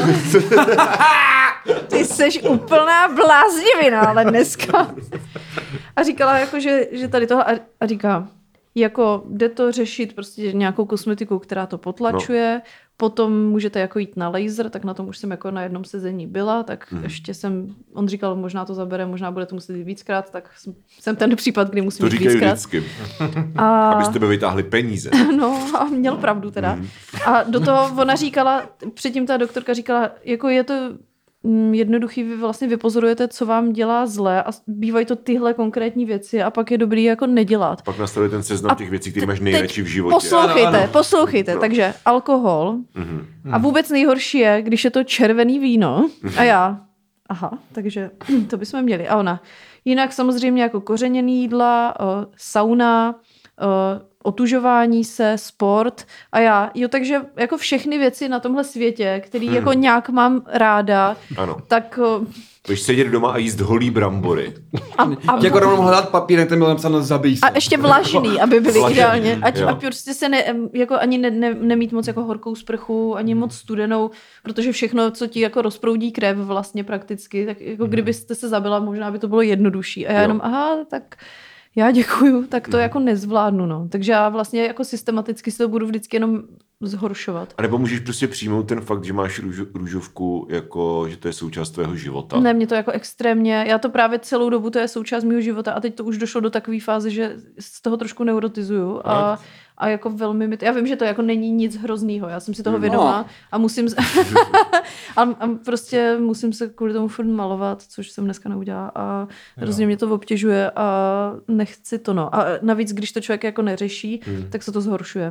Ty seš úplná bláznivina, ale dneska. A říkala jako, že, že tady tohle a, a říká, jako jde to řešit prostě nějakou kosmetikou, která to potlačuje, no. Potom můžete jako jít na laser, tak na tom už jsem jako na jednom sezení byla, tak mm. ještě jsem, on říkal, možná to zabere, možná bude to muset jít víckrát, tak jsem ten případ, kdy musím To jít říkají víckrát. vždycky. A... Aby z tebe vytáhli peníze. No a měl pravdu teda. A do toho ona říkala, předtím ta doktorka říkala, jako je to mm, jednoduchý, vy vlastně vypozorujete, co vám dělá zle a bývají to tyhle konkrétní věci a pak je dobrý jako nedělat. Pak nastavuje ten seznam A těch věcí, které te- máš teď nejradši v životě. Poslouchejte, Ano, ano. poslouchejte. No. Takže alkohol Mhm. a vůbec nejhorší je, když je to červený víno a já, aha, takže to bychom měli. A ona, jinak samozřejmě jako kořeněný jídla, o, sauna, o, otužování se, sport a já, jo, takže jako všechny věci na tomhle světě, který Hmm. jako nějak mám ráda, Ano. tak o, Budeš sedět doma a jíst holý brambory. a, a, Jako rovnou hledat papírek, ten byl napsáno zabij se. a ještě vlažný, aby byly Vlažný, ideálně. Ať, jo. ať prostě se ne, jako ani ne, ne, nemít moc jako horkou sprchu, ani moc studenou, protože všechno, co ti jako rozproudí krev vlastně prakticky, tak jako kdybyste se zabila, možná by to bylo jednodušší. A já Jo. jenom, aha, tak já děkuju, tak to jako nezvládnu, no. Takže já vlastně jako systematicky si to budu vždycky jenom zhoršovat. A nebo můžeš prostě přijmout ten fakt, že máš růžu, růžovku, jako, že to je součást tvého života. Ne, mě to jako extrémně, já to právě celou dobu, to je součást mého života a teď to už došlo do takové fáze, že z toho trošku neurotizuju a, a jako velmi mi to, já vím, že to jako není nic hroznýho, já jsem si toho No. vědomá a musím, s- a, a prostě musím se kvůli tomu furt malovat, což jsem dneska neudělala a hrozně mě to obtěžuje a nechci to, no. A navíc, když to člověk jako neřeší, hmm. tak se to zhoršuje.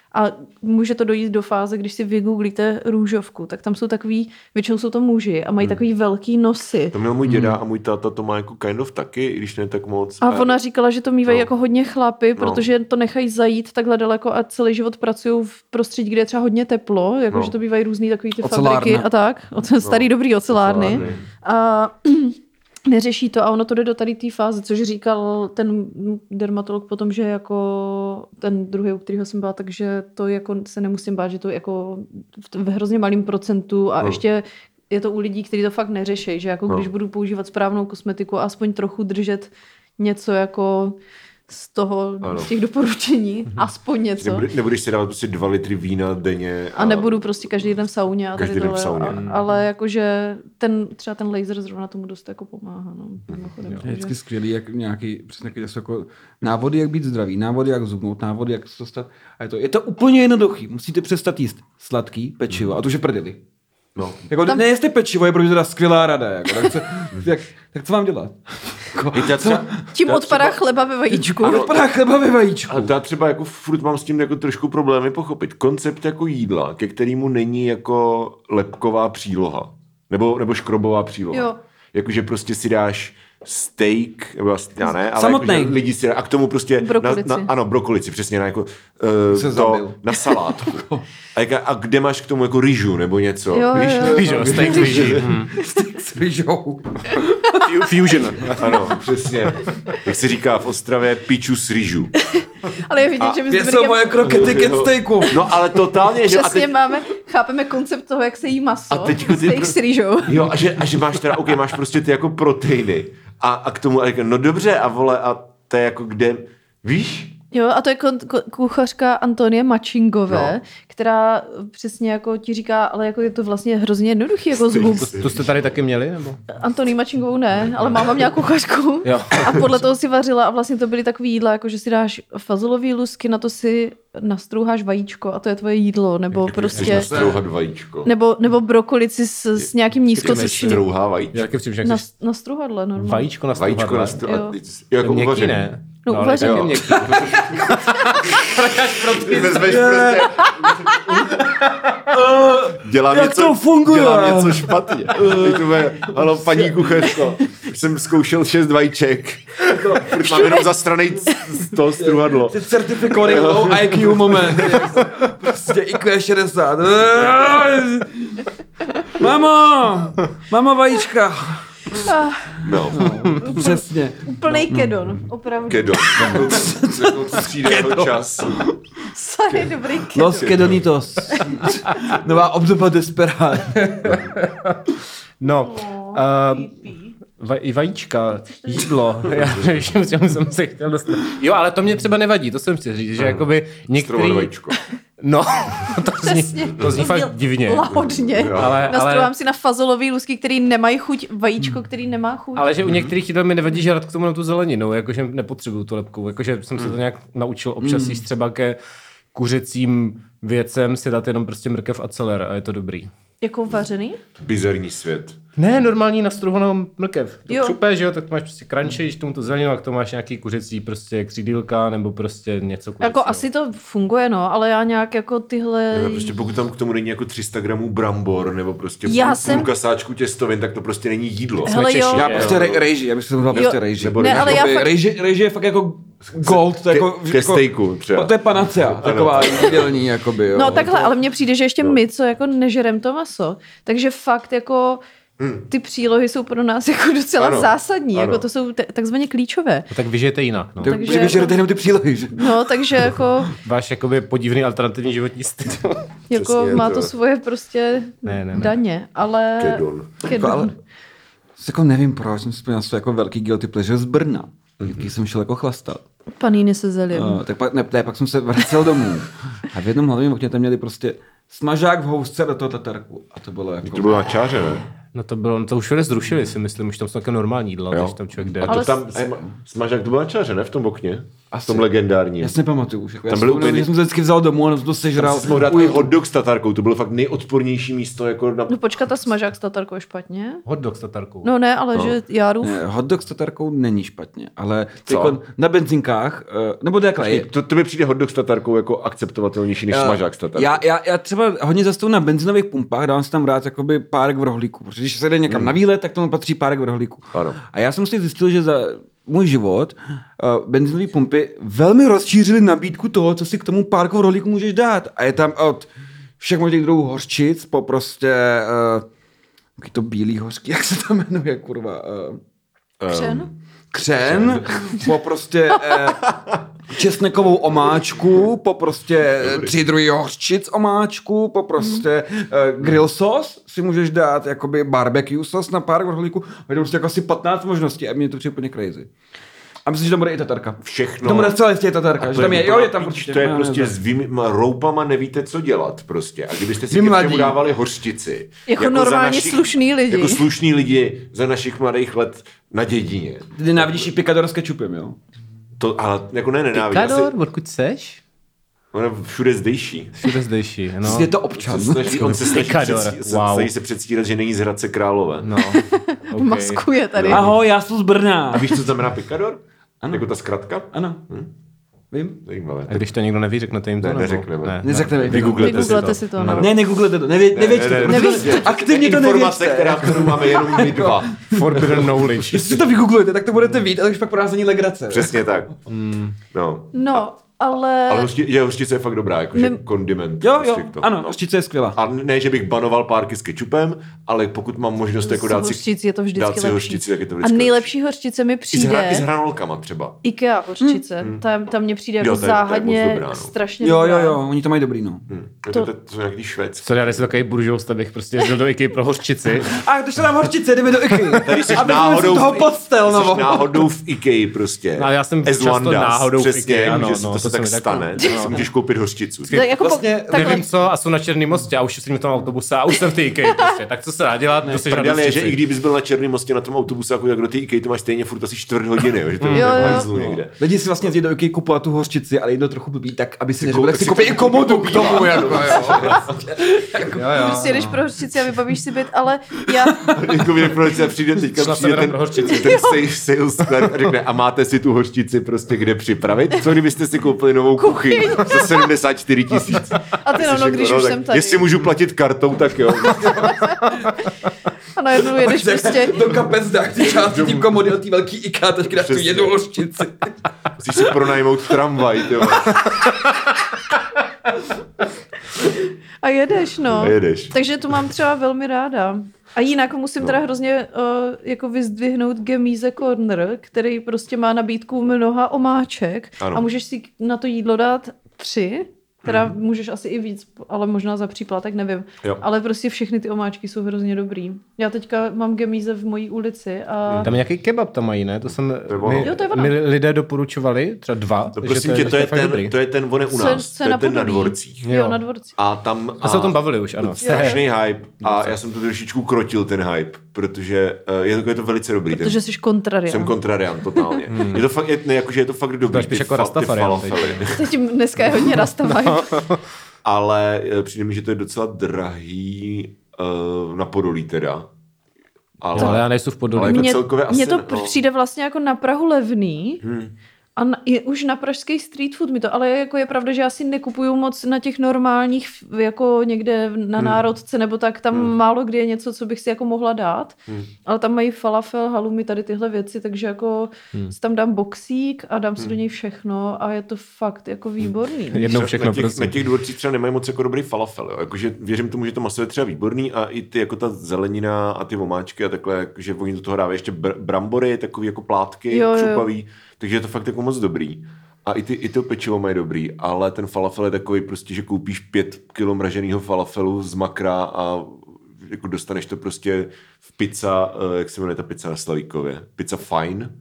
A může to dojít do fáze, když si vygooglíte růžovku, tak tam jsou takový, většinou jsou to muži a mají hmm. takový velký nosy. To měl můj děda a můj táta to má jako kind of taky, i když ne tak moc. A ona říkala, že to mývají no. jako hodně chlapy, No. protože to nechají zajít takhle daleko a celý život pracují v prostředí, kde je třeba hodně teplo, jako No. že to bývají různý takový ty Ocelárna. fabriky a tak. O starý No. dobrý ocelárny. Ocelárny. A neřeší to a ono to jde do tady té fáze, což říkal ten dermatolog potom, že jako ten druhý, u kterého jsem byla, takže to jako se nemusím bát, že to jako v hrozně malým procentu a No. ještě je to u lidí, kteří to fakt neřeší, že jako No. když budu používat správnou kosmetiku a aspoň trochu držet něco jako z toho, Ano. z těch doporučení, aspoň něco. Nebudeš, nebudeš si dávat prostě dva litry vína denně. A nebudu prostě každý den v sauně. A Každý tady den v tohle, sauně. A, ale jakože ten, třeba ten laser zrovna tomu dost jako pomáhá. No, mimochodem, Je takže- vždycky skvělý, jak nějaký, přesně jak jsou jako návody, jak být zdravý, návody, jak zubnout, návody, jak se dostat. A je to, je to úplně jednoduchý. Musíte přestat jíst sladký pečivo, a to už je prdeli. No. Jako Tam- nejeste pečivo, je pro mě teda skvělá rada. Jako, tak, co, tak, tak co mám dělat? Jako, I ta třeba, Tím ta odpadá třeba- chleba ve vajíčku. ano, odpadá chleba ve vajíčku. A já třeba jako furt mám s tím jako trošku problémy pochopit. Koncept jako jídla, ke kterému není jako lepková příloha. Nebo, nebo škrobová příloha. Jo. Jakože prostě si dáš steak, nebo já ne, ale Samotnej. jakože lidi si a k tomu prostě Brokolici. Na, na, ano, brokolici, přesně na, jako, uh, Se to, zabil. na salát. a, jak, a kde máš k tomu jako rýžu nebo něco? Jo, Víš? jo, jo. Víš, jo, steak rýží. Hm. S rýžou. Fusion. Ano, přesně. Jak se říká v Ostravě, piču s rýžu. Ale je vidět, že my Kde s jsou Dominikem moje krokety ke steaku? No ale totálně. že- a přesně teď, máme, chápeme koncept toho, jak se jí maso. A teďko ty steak pro- s rýžou. Jo, a že, a že máš teda, ok, máš prostě ty jako proteiny. A, a k tomu, a říkám, no dobře, a vole, a to je jako kde, víš? Jo, a to je kon- ko- kuchařka Antonie Mačingové, No. která přesně jako ti říká, ale jako je to vlastně hrozně jednoduchý jako zhub. To jste tady taky měli, nebo? Antoní Mačingovou ne, ale máma měla kuchařku Jo. a podle toho si vařila a vlastně to byly takový jídla, jako že si dáš fazolový lusky, na to si nastrouháš vajíčko a to je tvoje jídlo, nebo Chceš prostě, nastrouhat vajíčko. nebo, nebo brokolici s, s nějakým nízkotučným. Nastrouhá vajíčko. Já taky přijím, že jak Na, jsi na struhadle normálně. vajíčko na Vajíčko strouhadle. nastrouhat. Jo. Jo, jako Měkký uvařený. ne. No, ale uvařený. taky Jo. měkký. Ty vezmeš prostě... Dělám Jak něco, to funguje? Dělám něco špatně. Teď to bude, halo, paní kuchařko, už jsem zkoušel šest vajíček. Furt mám jenom zastranej c- z toho struhadlo. Ty certifikovaný low I Q moment. Prostě I Q šedesát. Mamo! Mamo vajíčka. Ah, No, Přesně. úplnej kedon, opravdu. kedo. Jako střídavého času. Sorry, dobrý kedon. Los Kedonitos. Nová obdoba Desperát. No, Oh, uh, vaj, i vajíčka, jídlo, já nevím, čemu jsem se chtěl dostat. Jo, ale to mě třeba nevadí, to jsem chtěl říct, že jakoby Strouhat některý... vajíčko. No, to zní, Přesně. to zní fakt divně. Lahodně. Jo. Ale, Nastrouvám ale, si na fazolový lusky, který nemají chuť, vajíčko, který nemá chuť. ale že u některých jídel mi nevadí žrat k tomu na tu zeleninu, jakože nepotřebuju tu lepku, jakože jsem se to nějak naučil občas jíst třeba ke kuřecím věcem si dát jenom prostě mrkev a celer a je to dobrý. Jako vařený? Bizarní svět. Ne, normální nastrouhanou mrkev. To Jo. křupe, že jo, tak to máš prostě crunchy, když tomu to zeleninu, a k tomu máš nějaký kuřecí prostě křídýlka nebo prostě něco kuřecího. Jako asi to funguje, no, ale já nějak jako tyhle... Ne, prostě pokud tam k tomu není jako tři sta gramů brambor nebo prostě Já půl, jsem- půl kasáčku těstovin, tak to prostě není jídlo. Hele, jo. Já prostě rej, rejži, já bych si to vzal prostě rejži. Nebo Ne, ale já fakt- Rejži, rejži je fakt jako gold, to je Ke- jako... ke steaku třeba. To je panacea, taková jídelní, jakoby, jo. No takhle, ale mně přijde, že ještě No. my, co jako nežerem to maso, takže fakt jako ty přílohy jsou pro nás jako docela Ano, zásadní, ano. jako to jsou t- takzvaně klíčové. No, tak vyžijete jinak, no. Tak takže že vyžerete jako- jenom ty přílohy, že? No, takže jako, Váš jakoby podivný alternativní životní styl. jako Přesně má to. to svoje prostě Ne, ne, ne. daně, ale... Kedon. Kedon. Ale jako nevím proč, jsem si vzpomněl na jako velký guilty pleasure z Brna. Jaký jsem šel jako chlastat. Paníny se zelím. Uh, tak pak, ne, ne, pak jsem se vracel domů. A v jednom hlavním okně tam měli prostě smažák v housce do toho tatarku. A to bylo jako... To bylo na čáře, ne? No to bylo, no to už všude zrušili si myslím, už tam jsou také normální jídla, Jo. když tam člověk jde. A to Ale tam, s- sma, smažák to byl na čáře, ne? V tom okně? v tom legendárním. Já si nepamatuju už. Jako Tam já, byly jsem, úplně- já jsem to vždycky vzal domů a to sežral. Tam si mohl dát i hot dog s tatarkou, to bylo fakt nejodpornější místo jako na... No počkat, ta smažák s tatarkou je špatně. Hot dog s tatarkou. No ne, ale no. že Járův. Ne, hot dog s tatarkou není špatně, ale Co? jako na benzinkách, eh, nebo takhle. je- To, to mi přijde hot dog s tatarkou jako akceptovatelnější než Eh, smažák s tatarkou. Já, já, já třeba hodně zastupu na benzinových pumpách, dávám si tam rád jakoby párek v rohlíku, protože když se jde někam na výlet, tak tomu patří párek v rohlíku. Ano. A já jsem si zjistil, že za můj život uh, benzinové pumpy velmi rozšířily nabídku toho, co si k tomu párku v rohlíku můžeš dát. A je tam od všech možných druhů hořčic po prostě uh, jaký to bílý hořky, jak se to jmenuje, kurva. Uh, Křen? křen, po prostě eh, česnekovou omáčku, po prostě eh, tři druhy hořčic omáčku, po prostě eh, grill sos si můžeš dát jakoby barbecue sos na pár rohlíku, a je to prostě jako asi patnáct možností a mě to přijde úplně crazy. A myslím, že tam bude i tatarka. Všechno. To bude zcela jistě tatarka, že tam je, jo, je tam určitě. To je no, prostě ne, s výma roupama nevíte, co dělat prostě. A kdybyste si Vy ke mladí. všemu dávali hořčici. Jako za normální slušný lidi. Jako slušný lidi za našich mladých let na dědině. Ty nenávidíš jí pikador s kečupem, jo? To, ale jako ne nenávidí. Kador, odkud seš? On je všude zdejší. Všude zdejší, no. Je to občan. Se snaží, on se snaží, Pikador, předstí, se, wow. snaží se předstírat, že není z Hradce Králové. No, okay. Maskuje tady. Ahoj, já jsem z Brna. A víš, co znamená pikador? Ano. Jako ta zkratka? Ano. Vím. Zajímavé. A když to někdo neví, řeknete jim to? Ne, nebo? neřekneme. Ne, Neřekneme. ne. Vygooglete Vygooglete si si to. to, no. Ne, negooglete to, nevě, nevěďte Ne, to. ne, Prostě nevíte. aktivně to Informace, nevěďte. která, kterou máme jenom my dva. Forbidden knowledge. Jestli si to vygooglujete, tak to budete vít, ale už pak pro nás není legrace. Přesně tak. No. No, ale... Ale hořti, že hořčice je fakt dobrá, jakože My- kondiment. Jo, prostě jo, k tomu. ano, hořčice je skvělá. A ne, že bych banoval párky s kečupem, ale pokud mám možnost jako dát si, hořčic je to vždycky dát si lepší. hořčici, tak je to A vždycky nejlepší hořčice mi lepší. I s, hra, I s přijde hranolkama třeba. IKEA hořčice. Tam, tam mně přijde jako Jo, to je- to je moc záhadně dobrá, no. strašně Jo, jo, dobrá. jo, oni to mají dobrý, no. Hm. To, to, to, to jsou nějaký švédský. Co já si takový buržoust, abych prostě jezdil do IKEA pro hořčici. A když to dám hořčice, jdeme do IKEA. Tady jsi Aby náhodou, jsme si toho v- postel, jsi no. náhodou v IKEA prostě. No, já jsem As často one does, náhodou v přesně, IKEA, ano, že se no, to, to se se tak mi tak- stane, tak si můžeš koupit hořčicu. Tak jako Vlastně po, takhle, Nevím co, a jsou na Černém mostě a už sedím v tom autobuse a už jsem v té IKEA prostě. Tak co se dá dělat? Ne, Prdel je, že i kdybys byl na Černém mostě na tom autobuse, jako jak do té IKEA, to máš stejně furt asi čtvrt hodiny, jo, že to je Jo, v jo. hajzlu někde. Lidi si vlastně jezdí do IKEA kupovat tu hořčici, ale jde to trochu blbý, tak aby si neřekl, kou- tak si si koupí i koupí komodu k tomu, jako, jo. prostě jdeš pro hořčici a vybavíš si byt, ale já, Jako mi neproč, přijde teďka Šla přijde jsem ten, pro hořčici. ten sales, sales clerk a řekne, a máte si tu hořčici prostě kde připravit? Co kdybyste si koupili novou kuchyň za sedmdesát čtyři tisíc? a ty rovnou, když už jsem tady. Jestli můžu platit kartou, tak jo. A najednou jedeš prostě, Do kapes dáš ty části tím komody od té velký IKEA, teď dáš tu Přesně. jednu hořčici. Musíš si pronajmout tramvaj, jo. a jedeš, no. A jedeš. Takže to mám třeba velmi ráda. A jinak musím no. teda hrozně uh, jako vyzdvihnout Gemíze Corner, který prostě má nabídku mnoha omáček Ano. a můžeš si na to jídlo dát tři, teda hmm. můžeš asi i víc, ale možná za příplatek, nevím. Jo. Ale prostě všechny ty omáčky jsou hrozně dobrý. Já teďka mám Gemíze v mojí ulici a... Tam nějaký kebab tam mají, ne? To jsem, To je ono. mi, Jo, to je ono. mi lidé doporučovali, třeba dva. To že prosím je- tě, že to je, fakt dobrý. ten, to je ten, on je u Co- nás, co to je ten na podobný. dvorcích. Jo, Jo. na dvorci. A tam... A se o tom bavili už, ano. Strašný hype a já jsem to trošičku krotil ten hype, protože uh, je, to, je to velice dobrý. Protože ten, jsi kontrarian. jsem kontrarian, totálně. Je to fakt, je, ne, jakože je to fakt dobrý. To je spíš ty jako fa- ty Rastafarian teď. falafely. Teď dneska je hodně rastavaj. Ale eh, přijde mi, že to je docela drahý uh, na Podolí teda. Ale, No, ale já nejsou v Podolí. Ale jako Mně, celkově asi mně to ne, no. přijde vlastně jako na Prahu levný. Hmm. A na, je, už na pražský street food mi to, ale jako je pravda, že já si nekupuju moc na těch normálních, jako někde na Hmm. národce, nebo tak, tam Hmm. málo kdy je něco, co bych si jako mohla dát, Hmm. ale tam mají falafel, halumi, tady tyhle věci, takže jako Hmm. si tam dám boxík a dám si Hmm. do něj všechno a je to fakt jako výborný. Jednou na všechno, těch, prosím. na těch dvorcích třeba nemají moc jako dobrý falafel. Jo. Jakože věřím tomu, že to maso je třeba výborný a i ty jako ta zelenina a ty omáčky a takhle, že oni do toho dávají ještě br- brambory, takový jako plátky, Jo, jo. křupavý, takže je to fakt jako moc dobrý. A i, ty, i to pečivo mají dobrý, ale ten falafel je takový prostě, že koupíš pět kilo mraženého falafelu z makra a jako dostaneš to prostě v pizza, eh, jak se jmenuje ta pizza na Slavíkově? Pizza Fine?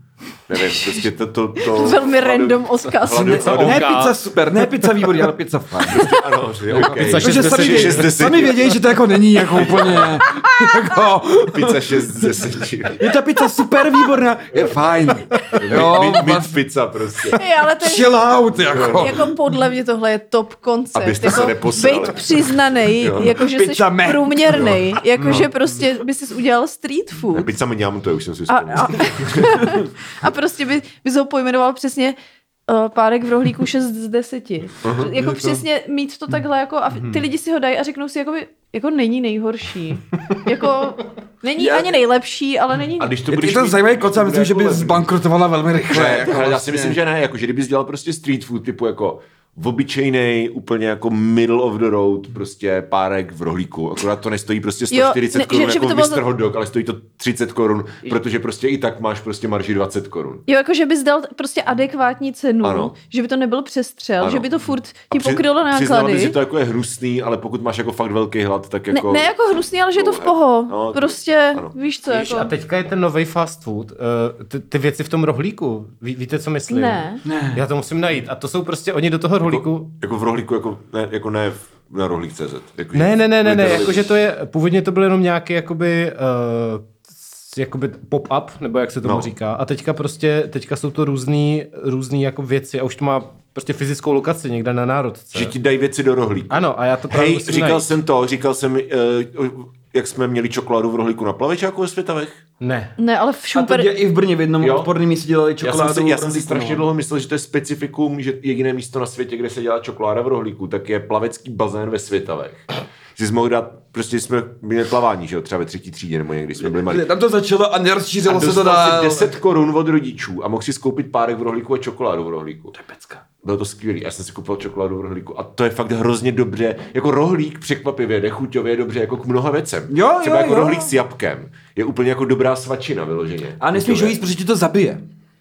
nevím, prostě to... to, to Velmi random odkaz. Hladu- Ne, hladu- ne pizza super, ne pizza výborný, ale pizza fajn. Ano, že okay. Pizza Protože šest sami, z vědí, šest z deseti. sami vědějí, že to jako není jako úplně, jako, Pizza šest z deseti. je ta pizza super výborná, je fajn. Jo, Mid, mid vlast- pizza prostě. Je, ale to je, chill out, jako. jako podle mě tohle je top koncept. Abyste jako se neposrali. být přiznanej, Jo. jakože jsi Pizza Mac. průměrnej, jakože prostě by si udělal street Ne, food. pizza mňam, to už jsem si A, vzpomněl. a, a prostě by, bys ho pojmenoval přesně uh, párek v rohlíku šest z deseti. Uh-huh, jako přesně mít to takhle jako a ty lidi si ho dají a řeknou si jakoby, jako není nejhorší. Jako není Já- ani nejlepší, ale není. A když to Je, budeš je to mít- zajímavý koncept, myslím, že by jako zbankrotovala velmi rychle. Ne, jako hele, já si vlastně. myslím, že ne, jako, že kdybys dělal prostě street food typu jako obyčejnej, úplně jako middle of the road, prostě párek v rohlíku. Akorát to nestojí prostě sto čtyřicet Jo, ne, korun že- že by jako to bylo mister to- Hot Dog, ale stojí to třicet korun, protože prostě i tak máš prostě marži dvacet korun. Jo, jako že bys dal prostě adekvátní cenu, Ano. že by to nebyl přestřel, Ano. že by to furt ti A při- pokrylo Přiznal bych, náklady. že to jako je hnusný, ale pokud máš jako fakt velký hlad, tak Ne, jako... ne jako hnusný, ale že je to v No, poho. no, prostě, ano. víš co, Víš, jako... a teďka je ten nový fast food, uh, ty, ty věci v tom rohlíku, Ví, víte, co myslím? Ne. Ne. Já to musím najít. A to jsou prostě, oni do toho rohlíku... Jako, jako v rohlíku, jako ne, jako ne v, na rohlík tečka cé zet. Jako, Ne, ne, ne, ne, ne, literally- jakože to je, původně to byl jenom nějaký jakoby, uh, jakoby pop-up, nebo jak se tomu No. no. říká. A teďka prostě, teďka jsou to různý, různý jako věci a už to má prostě fyzickou lokaci někde na národce. Že ti dají věci do rohlíku. Ano, a já to právě Hej, musím říkal najít. jsem to, říkal jsem, uh, jak jsme měli čokoládu v rohlíku na plavičáku ve Světavech. Ne. Ne, ale v A to šumper... dě, i v Brně v jednom Jo. odporném místě dělali Já čokoládu. jsem si, já jsem si rohlíku, strašně no. dlouho myslel, že to je specifikum, že jediné místo na světě, kde se dělá čokoláda v rohlíku, tak je plavecký bazén ve Světavech. Jsi mohl dát, prostě jsme měli plavání, že jo, třeba ve třetí třídě nebo někdy jsme byli malí. Tam to začalo a A nerozšířilo se to dostal dál. si deset korun od rodičů a mohl si skoupit párek v rohlíku a čokoládu v rohlíku. To je pecka. Bylo to skvělý. Já jsem si koupil čokoládu v rohlíku a to je fakt hrozně dobře. Jako rohlík překvapivě, jde chuťově dobře jako k mnoha věcem. Jo, Třeba jo, jako jo. rohlík s jabkem. Je úplně jako dobrá svačina vyloženě. A nesmíš ho Chuťově. jíst, protože ti to zabije.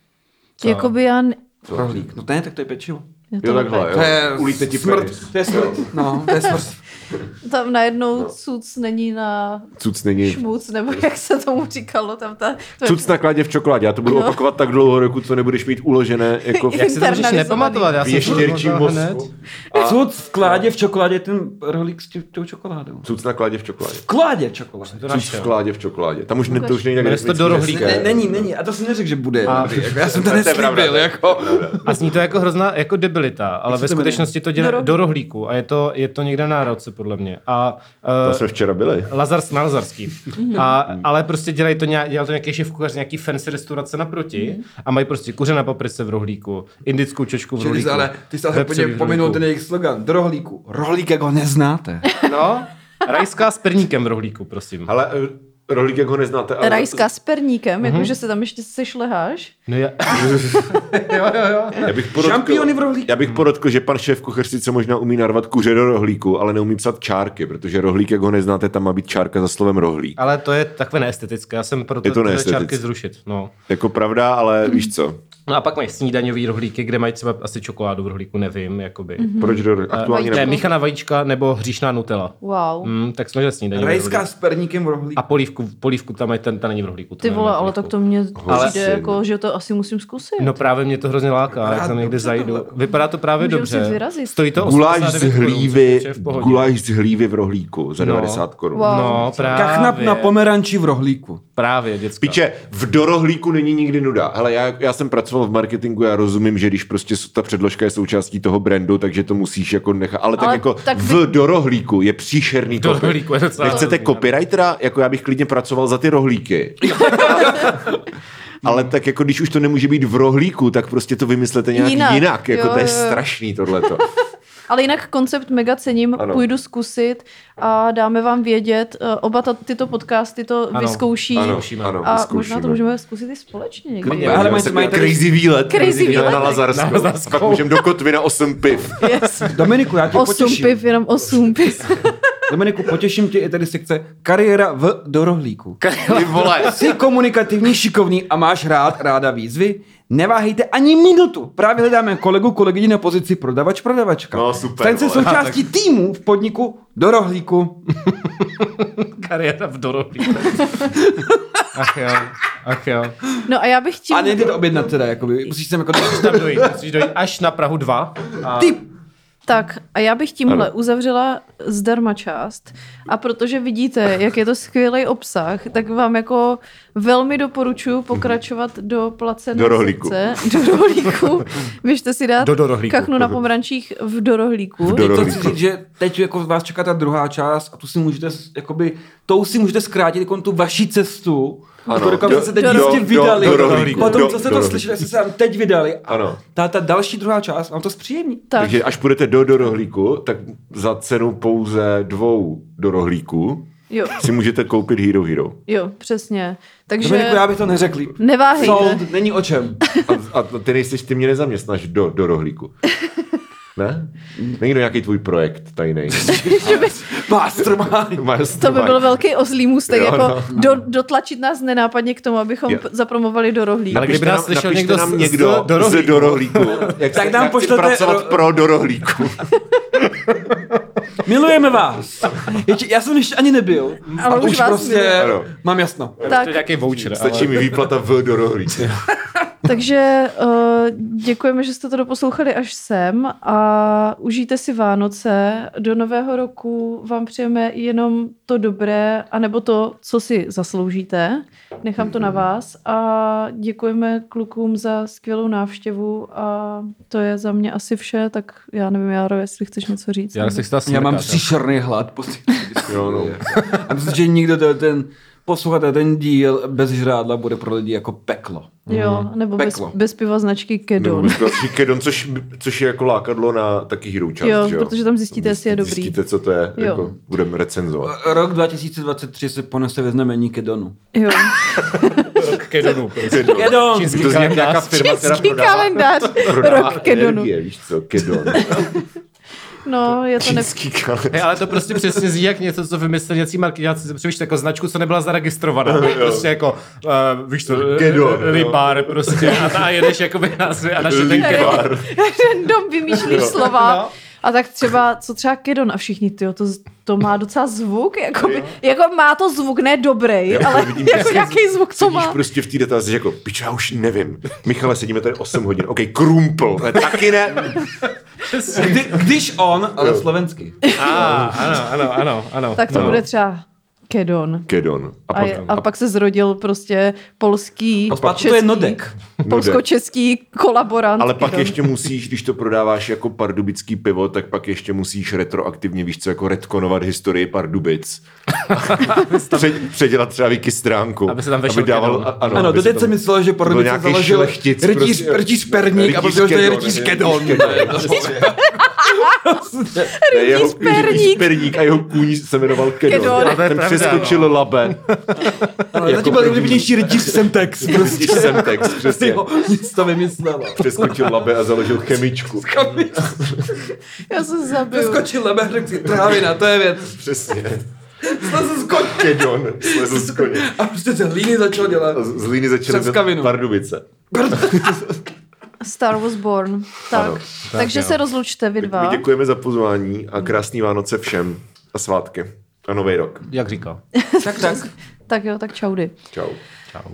Jakoby já... Ne... Rohlík. No ne, tak to je pečivo. Já Jo, takhle, opět- jo. To je Ulíte ti smrt. penis. To je smrt. No, to je smrt. Tam najednou no. cuc není na Cuc není. šmuc, nebo jak se tomu říkalo. Tam ta, to je- Cuc na kladě v čokoládě. Já to budu Jo. opakovat tak dlouho, dokud to nebudeš mít uložené jako Jak si to můžeš Internalizovaný. nepamatovat? Já v jsem ještěrčím to možná hned. mozku. Co v kládě v čokoládě, ten rohlík s tě- tou čokoládou. Cuc na kladě v čokoládě. V kládě čokoládě. To Cuc v našel. kládě v čokoládě. Tam už, ne, to už není tak Jmenuje se to do rytmický, rohlíka. Ne, hezké. není, není. A to jsem neřekl, že bude. A- Jako já jsem to To je pravda, neslíbil, to je jako. A zní to jako hrozná jako debilita, ale Jak se ve to jmenuje? skutečnosti to dělá Do do rohlíku a je to, je to někde na národce podle mě. A To uh, jsme včera byli. Lazars, na Lazarský. A, ale prostě dělají to, nějak, dělá to nějaký šéf kuchař, nějaký fancy restaurace naproti a mají prostě kuře na paprice v rohlíku, indickou čočku v Že ty rohlíku. jsi ale, ty jsi ale vepřový úplně v pominul rohlíku. ten jejich slogan. Do rohlíku. Rohlík, jak ho neznáte. No, rajská s perníkem v rohlíku, prosím. Ale eh, rohlík, jak ho neznáte. Ale Rajská s perníkem, Mhm. jakože se tam ještě sešleháš. No já... jo, jo, jo. Já bych podotkl, Šampiony v rohlíku. Já bych podotkl, že pan šéf kuchař sice možná umí narvat kuře do rohlíku, ale neumí psat čárky, protože rohlík, jak ho neznáte, tam má být čárka za slovem rohlík. Ale to je takové neestetické, já jsem proto Je to tyhle neestetické. čárky zrušit. No. Jako pravda, ale víš co? no a pak mají snídaňový rohlíky, kde mají třeba asi čokoládu v rohlíku, nevím, jakoby. Mhm. Proč do aktuálně Vajíčko. Ne, nevím. míchaná vajíčka nebo hříšná Nutella. Wow. Mm, tak jsme snídaňový Rajská rohlík. s perníkem v rohlíku. A polívku, polívku tam je, ten, ta není v rohlíku. to Ty nevím, vole, na ale polívku. tak to mě Ale- přijde jako, že to asi musím zkusit. No právě mě to hrozně láká, Vypadá jak tam někde dobře zajdu. tohle. Vypadá to právě Můžu dobře. si vyrazit. Stojí to Guláš z osmdesát devět korun, hlívy, což je v pohodě. guláš z hlívy v rohlíku za No. devadesát korun. Wow. No právě. Kachnap na pomeranči v rohlíku. Právě, děcka. Píče, v dorohlíku není nikdy nuda. Hele, já, já jsem pracoval v marketingu, já rozumím, že když prostě ta předložka je součástí toho brandu, takže to musíš jako nechat. Ale, tak Ale jako tak v vy- dorohlíku je příšerný Do copy. rohlíku je docela Nechcete hrozný, copywritera? Jako já bych klidně pracoval za ty rohlíky. Ale tak jako když už to nemůže být v rohlíku, tak prostě to vymyslete nějak jinak. Jinak. jinak. Jako Jo, to je jo, jo. strašný tohleto. Ale jinak koncept mega cením, Ano. půjdu zkusit a dáme vám vědět. eh, Oba ta, tyto podcasty to Ano, vyzkouší. Ano, Zkoušíme. ano, A vyzkoušíme. možná to můžeme zkusit i společně někdy. Klidně. Ale Ale mají- mají mají tady- crazy výlet. Crazy výlet. Na Lazarskou. Na Lazarskou. Pak můžeme do Kotvy na osm piv. Yes. Dominiku, já tě Osm potěším. piv, jenom osm piv. Dominiku, potěším tě i tady sekce kariéra v do rohlíku. Ty vole. Jsi komunikativní, šikovný a máš rád, ráda výzvy? Neváhejte ani minutu. Právě hledáme kolegu, kolegyni na pozici prodavač, prodavačka. No, super, Staň se vole. součástí týmu v podniku do rohlíku. Kariéra v dorohlíku. Ach jo. Ach jo. No a já bych tím... A nejde to objednat teda, jakoby, musíš sem jako... Musíš tam dojít, musíš dojít až na Prahu dva. A... Ty Tak a já bych tímhle Ano. uzavřela zdarma část a protože vidíte, jak je to skvělý obsah, tak vám jako velmi doporučuji pokračovat do placené Do rohlíku. sekce. Do rohlíku. Běžte si dát Do dorohlíku. kachnu na pomerančích v dorohlíku. V to dorohlíku. chci říct, že teď jako vás čeká ta druhá část a tu si můžete, jakoby, tou si můžete zkrátit jako tu vaši cestu, Ano, to, kam do- jste se teď do- jistě do- vydali. do rohlíku. Potom, Do- co jste do to rohlíku. slyšeli, jste se tam teď vydali. A Ano. ta, ta další druhá část vám to zpříjemní. Tak. Takže až půjdete do dorohlíku, tak za cenu pouze dvou dorohlíků Jo, si můžete koupit Hero Hero. jo, přesně. Takže Dominiku, já bych to neřekl líp. neváhejte. Sold, není o čem. A, a ty nejsi, ty mě nezaměstnáš do, do rohlíku. Ne? Není to nějaký tvůj projekt tajný. Mastermind. To by byl velký oslý můstek, Jo, jako no. do, dotlačit nás nenápadně k tomu, abychom Jo. p- zapromovali do rohlíku. Ale kdyby nás slyšel napište někdo nám z- někdo z dorohlíku. z dorohlíku. Jak Tak se- nám jak chci pošlete pracovat ro- pro dorohlíku. Milujeme vás. Ještě, já jsem ještě ani nebyl. Ale a už už vás prostě miluji. Ano. mám jasno. To Tak, je nějaký voucher. Stačí ale... mi výplata v dorohlíku. takže uh, děkujeme, že jste to doposlouchali až sem a užijte si Vánoce. Do nového roku vám přejeme jenom to dobré, anebo to, co si zasloužíte. Nechám to na vás a děkujeme klukům za skvělou návštěvu a to je za mě asi vše, tak já nevím, Járo, jestli chceš něco říct. Já si chtěl Já mám smrkat, příšerný hlad. po té Jo, no. A myslím, že nikdo ten, ten poslouchat ten díl bez žrádla bude pro lidi jako peklo. Jo, nebo bez, Peklo. bez piva značky Nebo Kedon. bezplatný Kedon, což, což je jako lákadlo na taky Hero část, Jo, že jo? protože tam zjistíte, jestli je dobrý. Zjistíte, co to je, Jo. jako budeme recenzovat. Rok dva tisíce dvacet tři se ponese ve znamení Kedonu. Jo. Kedonu. prostě. Kedon. Kedon! Čínský To zní jak nějaká kalendář. firma, která Český prodává, kalendář. prodává Rok Kedonu. energie, víš co, Kedon. No, je to ne... Čínský kalendář. Hey, ale to prostě přesně zní jak něco, co vymysleli nějací marketáci, přivíš jako značku, co nebyla zaregistrovaná. prostě jako, uh, víš to, Kedon, rybár prostě a, a jedeš jakoby názvy a naše ten Kedon. Rybár. Random vymýšlíš slova. No. A tak třeba, co třeba Kedon a všichni, tyjo, to, to má docela zvuk, jakoby, jako má to zvuk, ne dobrý, Já ale vidím, jako že jaký zvuk to Sedíš má. prostě v té databázi, jako, pič, já už nevím. Michale, sedíme tady osm hodin. OK, krumpl. Ne, taky ne. Kdy, když on, ale slovensky. A, ano, ano, ano, ano. Tak to No. bude třeba Kedon. Kedon. A A, pak, je, a pak se zrodil prostě polský, A pak to je Nodek. polsko-český kolaborant. ale pak Kedon. ještě musíš, když to prodáváš jako pardubický pivo, tak pak ještě musíš retroaktivně, víš co, jako retkonovat historii Pardubic. Před, předělat třeba wiki stránku. Aby se tam vešel aby dával, Kedon. a- ano, Ano, aby se doteď tam- jsem myslel, že to byl Pardubice nějaký založil šlechtic, rytíř, prostě. rytíř Perník a Rytíř protože už to je Kedon, rytíř je- Kedon. Ne, jeho, Rytíř Perník. rytíř Perník a jeho kůň se jmenoval Kedon. Kedon. To je Ten pravda, přeskočil no. Labe. Ano, Jako zatím byl první. nejlíbenější rytíř Semtex. Prostě. Rytíř Semtex, přesně. Jo, nic to vymyslela. Přeskočil Labe a založil chemičku. Já se zabiju. Přeskočil lebe, řekl si, trávina, to je věc. Přesně. Slezl z koně. Kedon. Slezl z koně. A prostě se hlíny začal dělat. A z z Líny začaly Třeskavinu. Pardubice. Star was born. Tak. Ano, Takže jo. se rozlučte vy My dva. děkujeme za pozvání a krásný Vánoce všem a svátky. A nový rok. Jak říkal. Tak, tak. Tak jo, tak čaudy. Čau. Čau.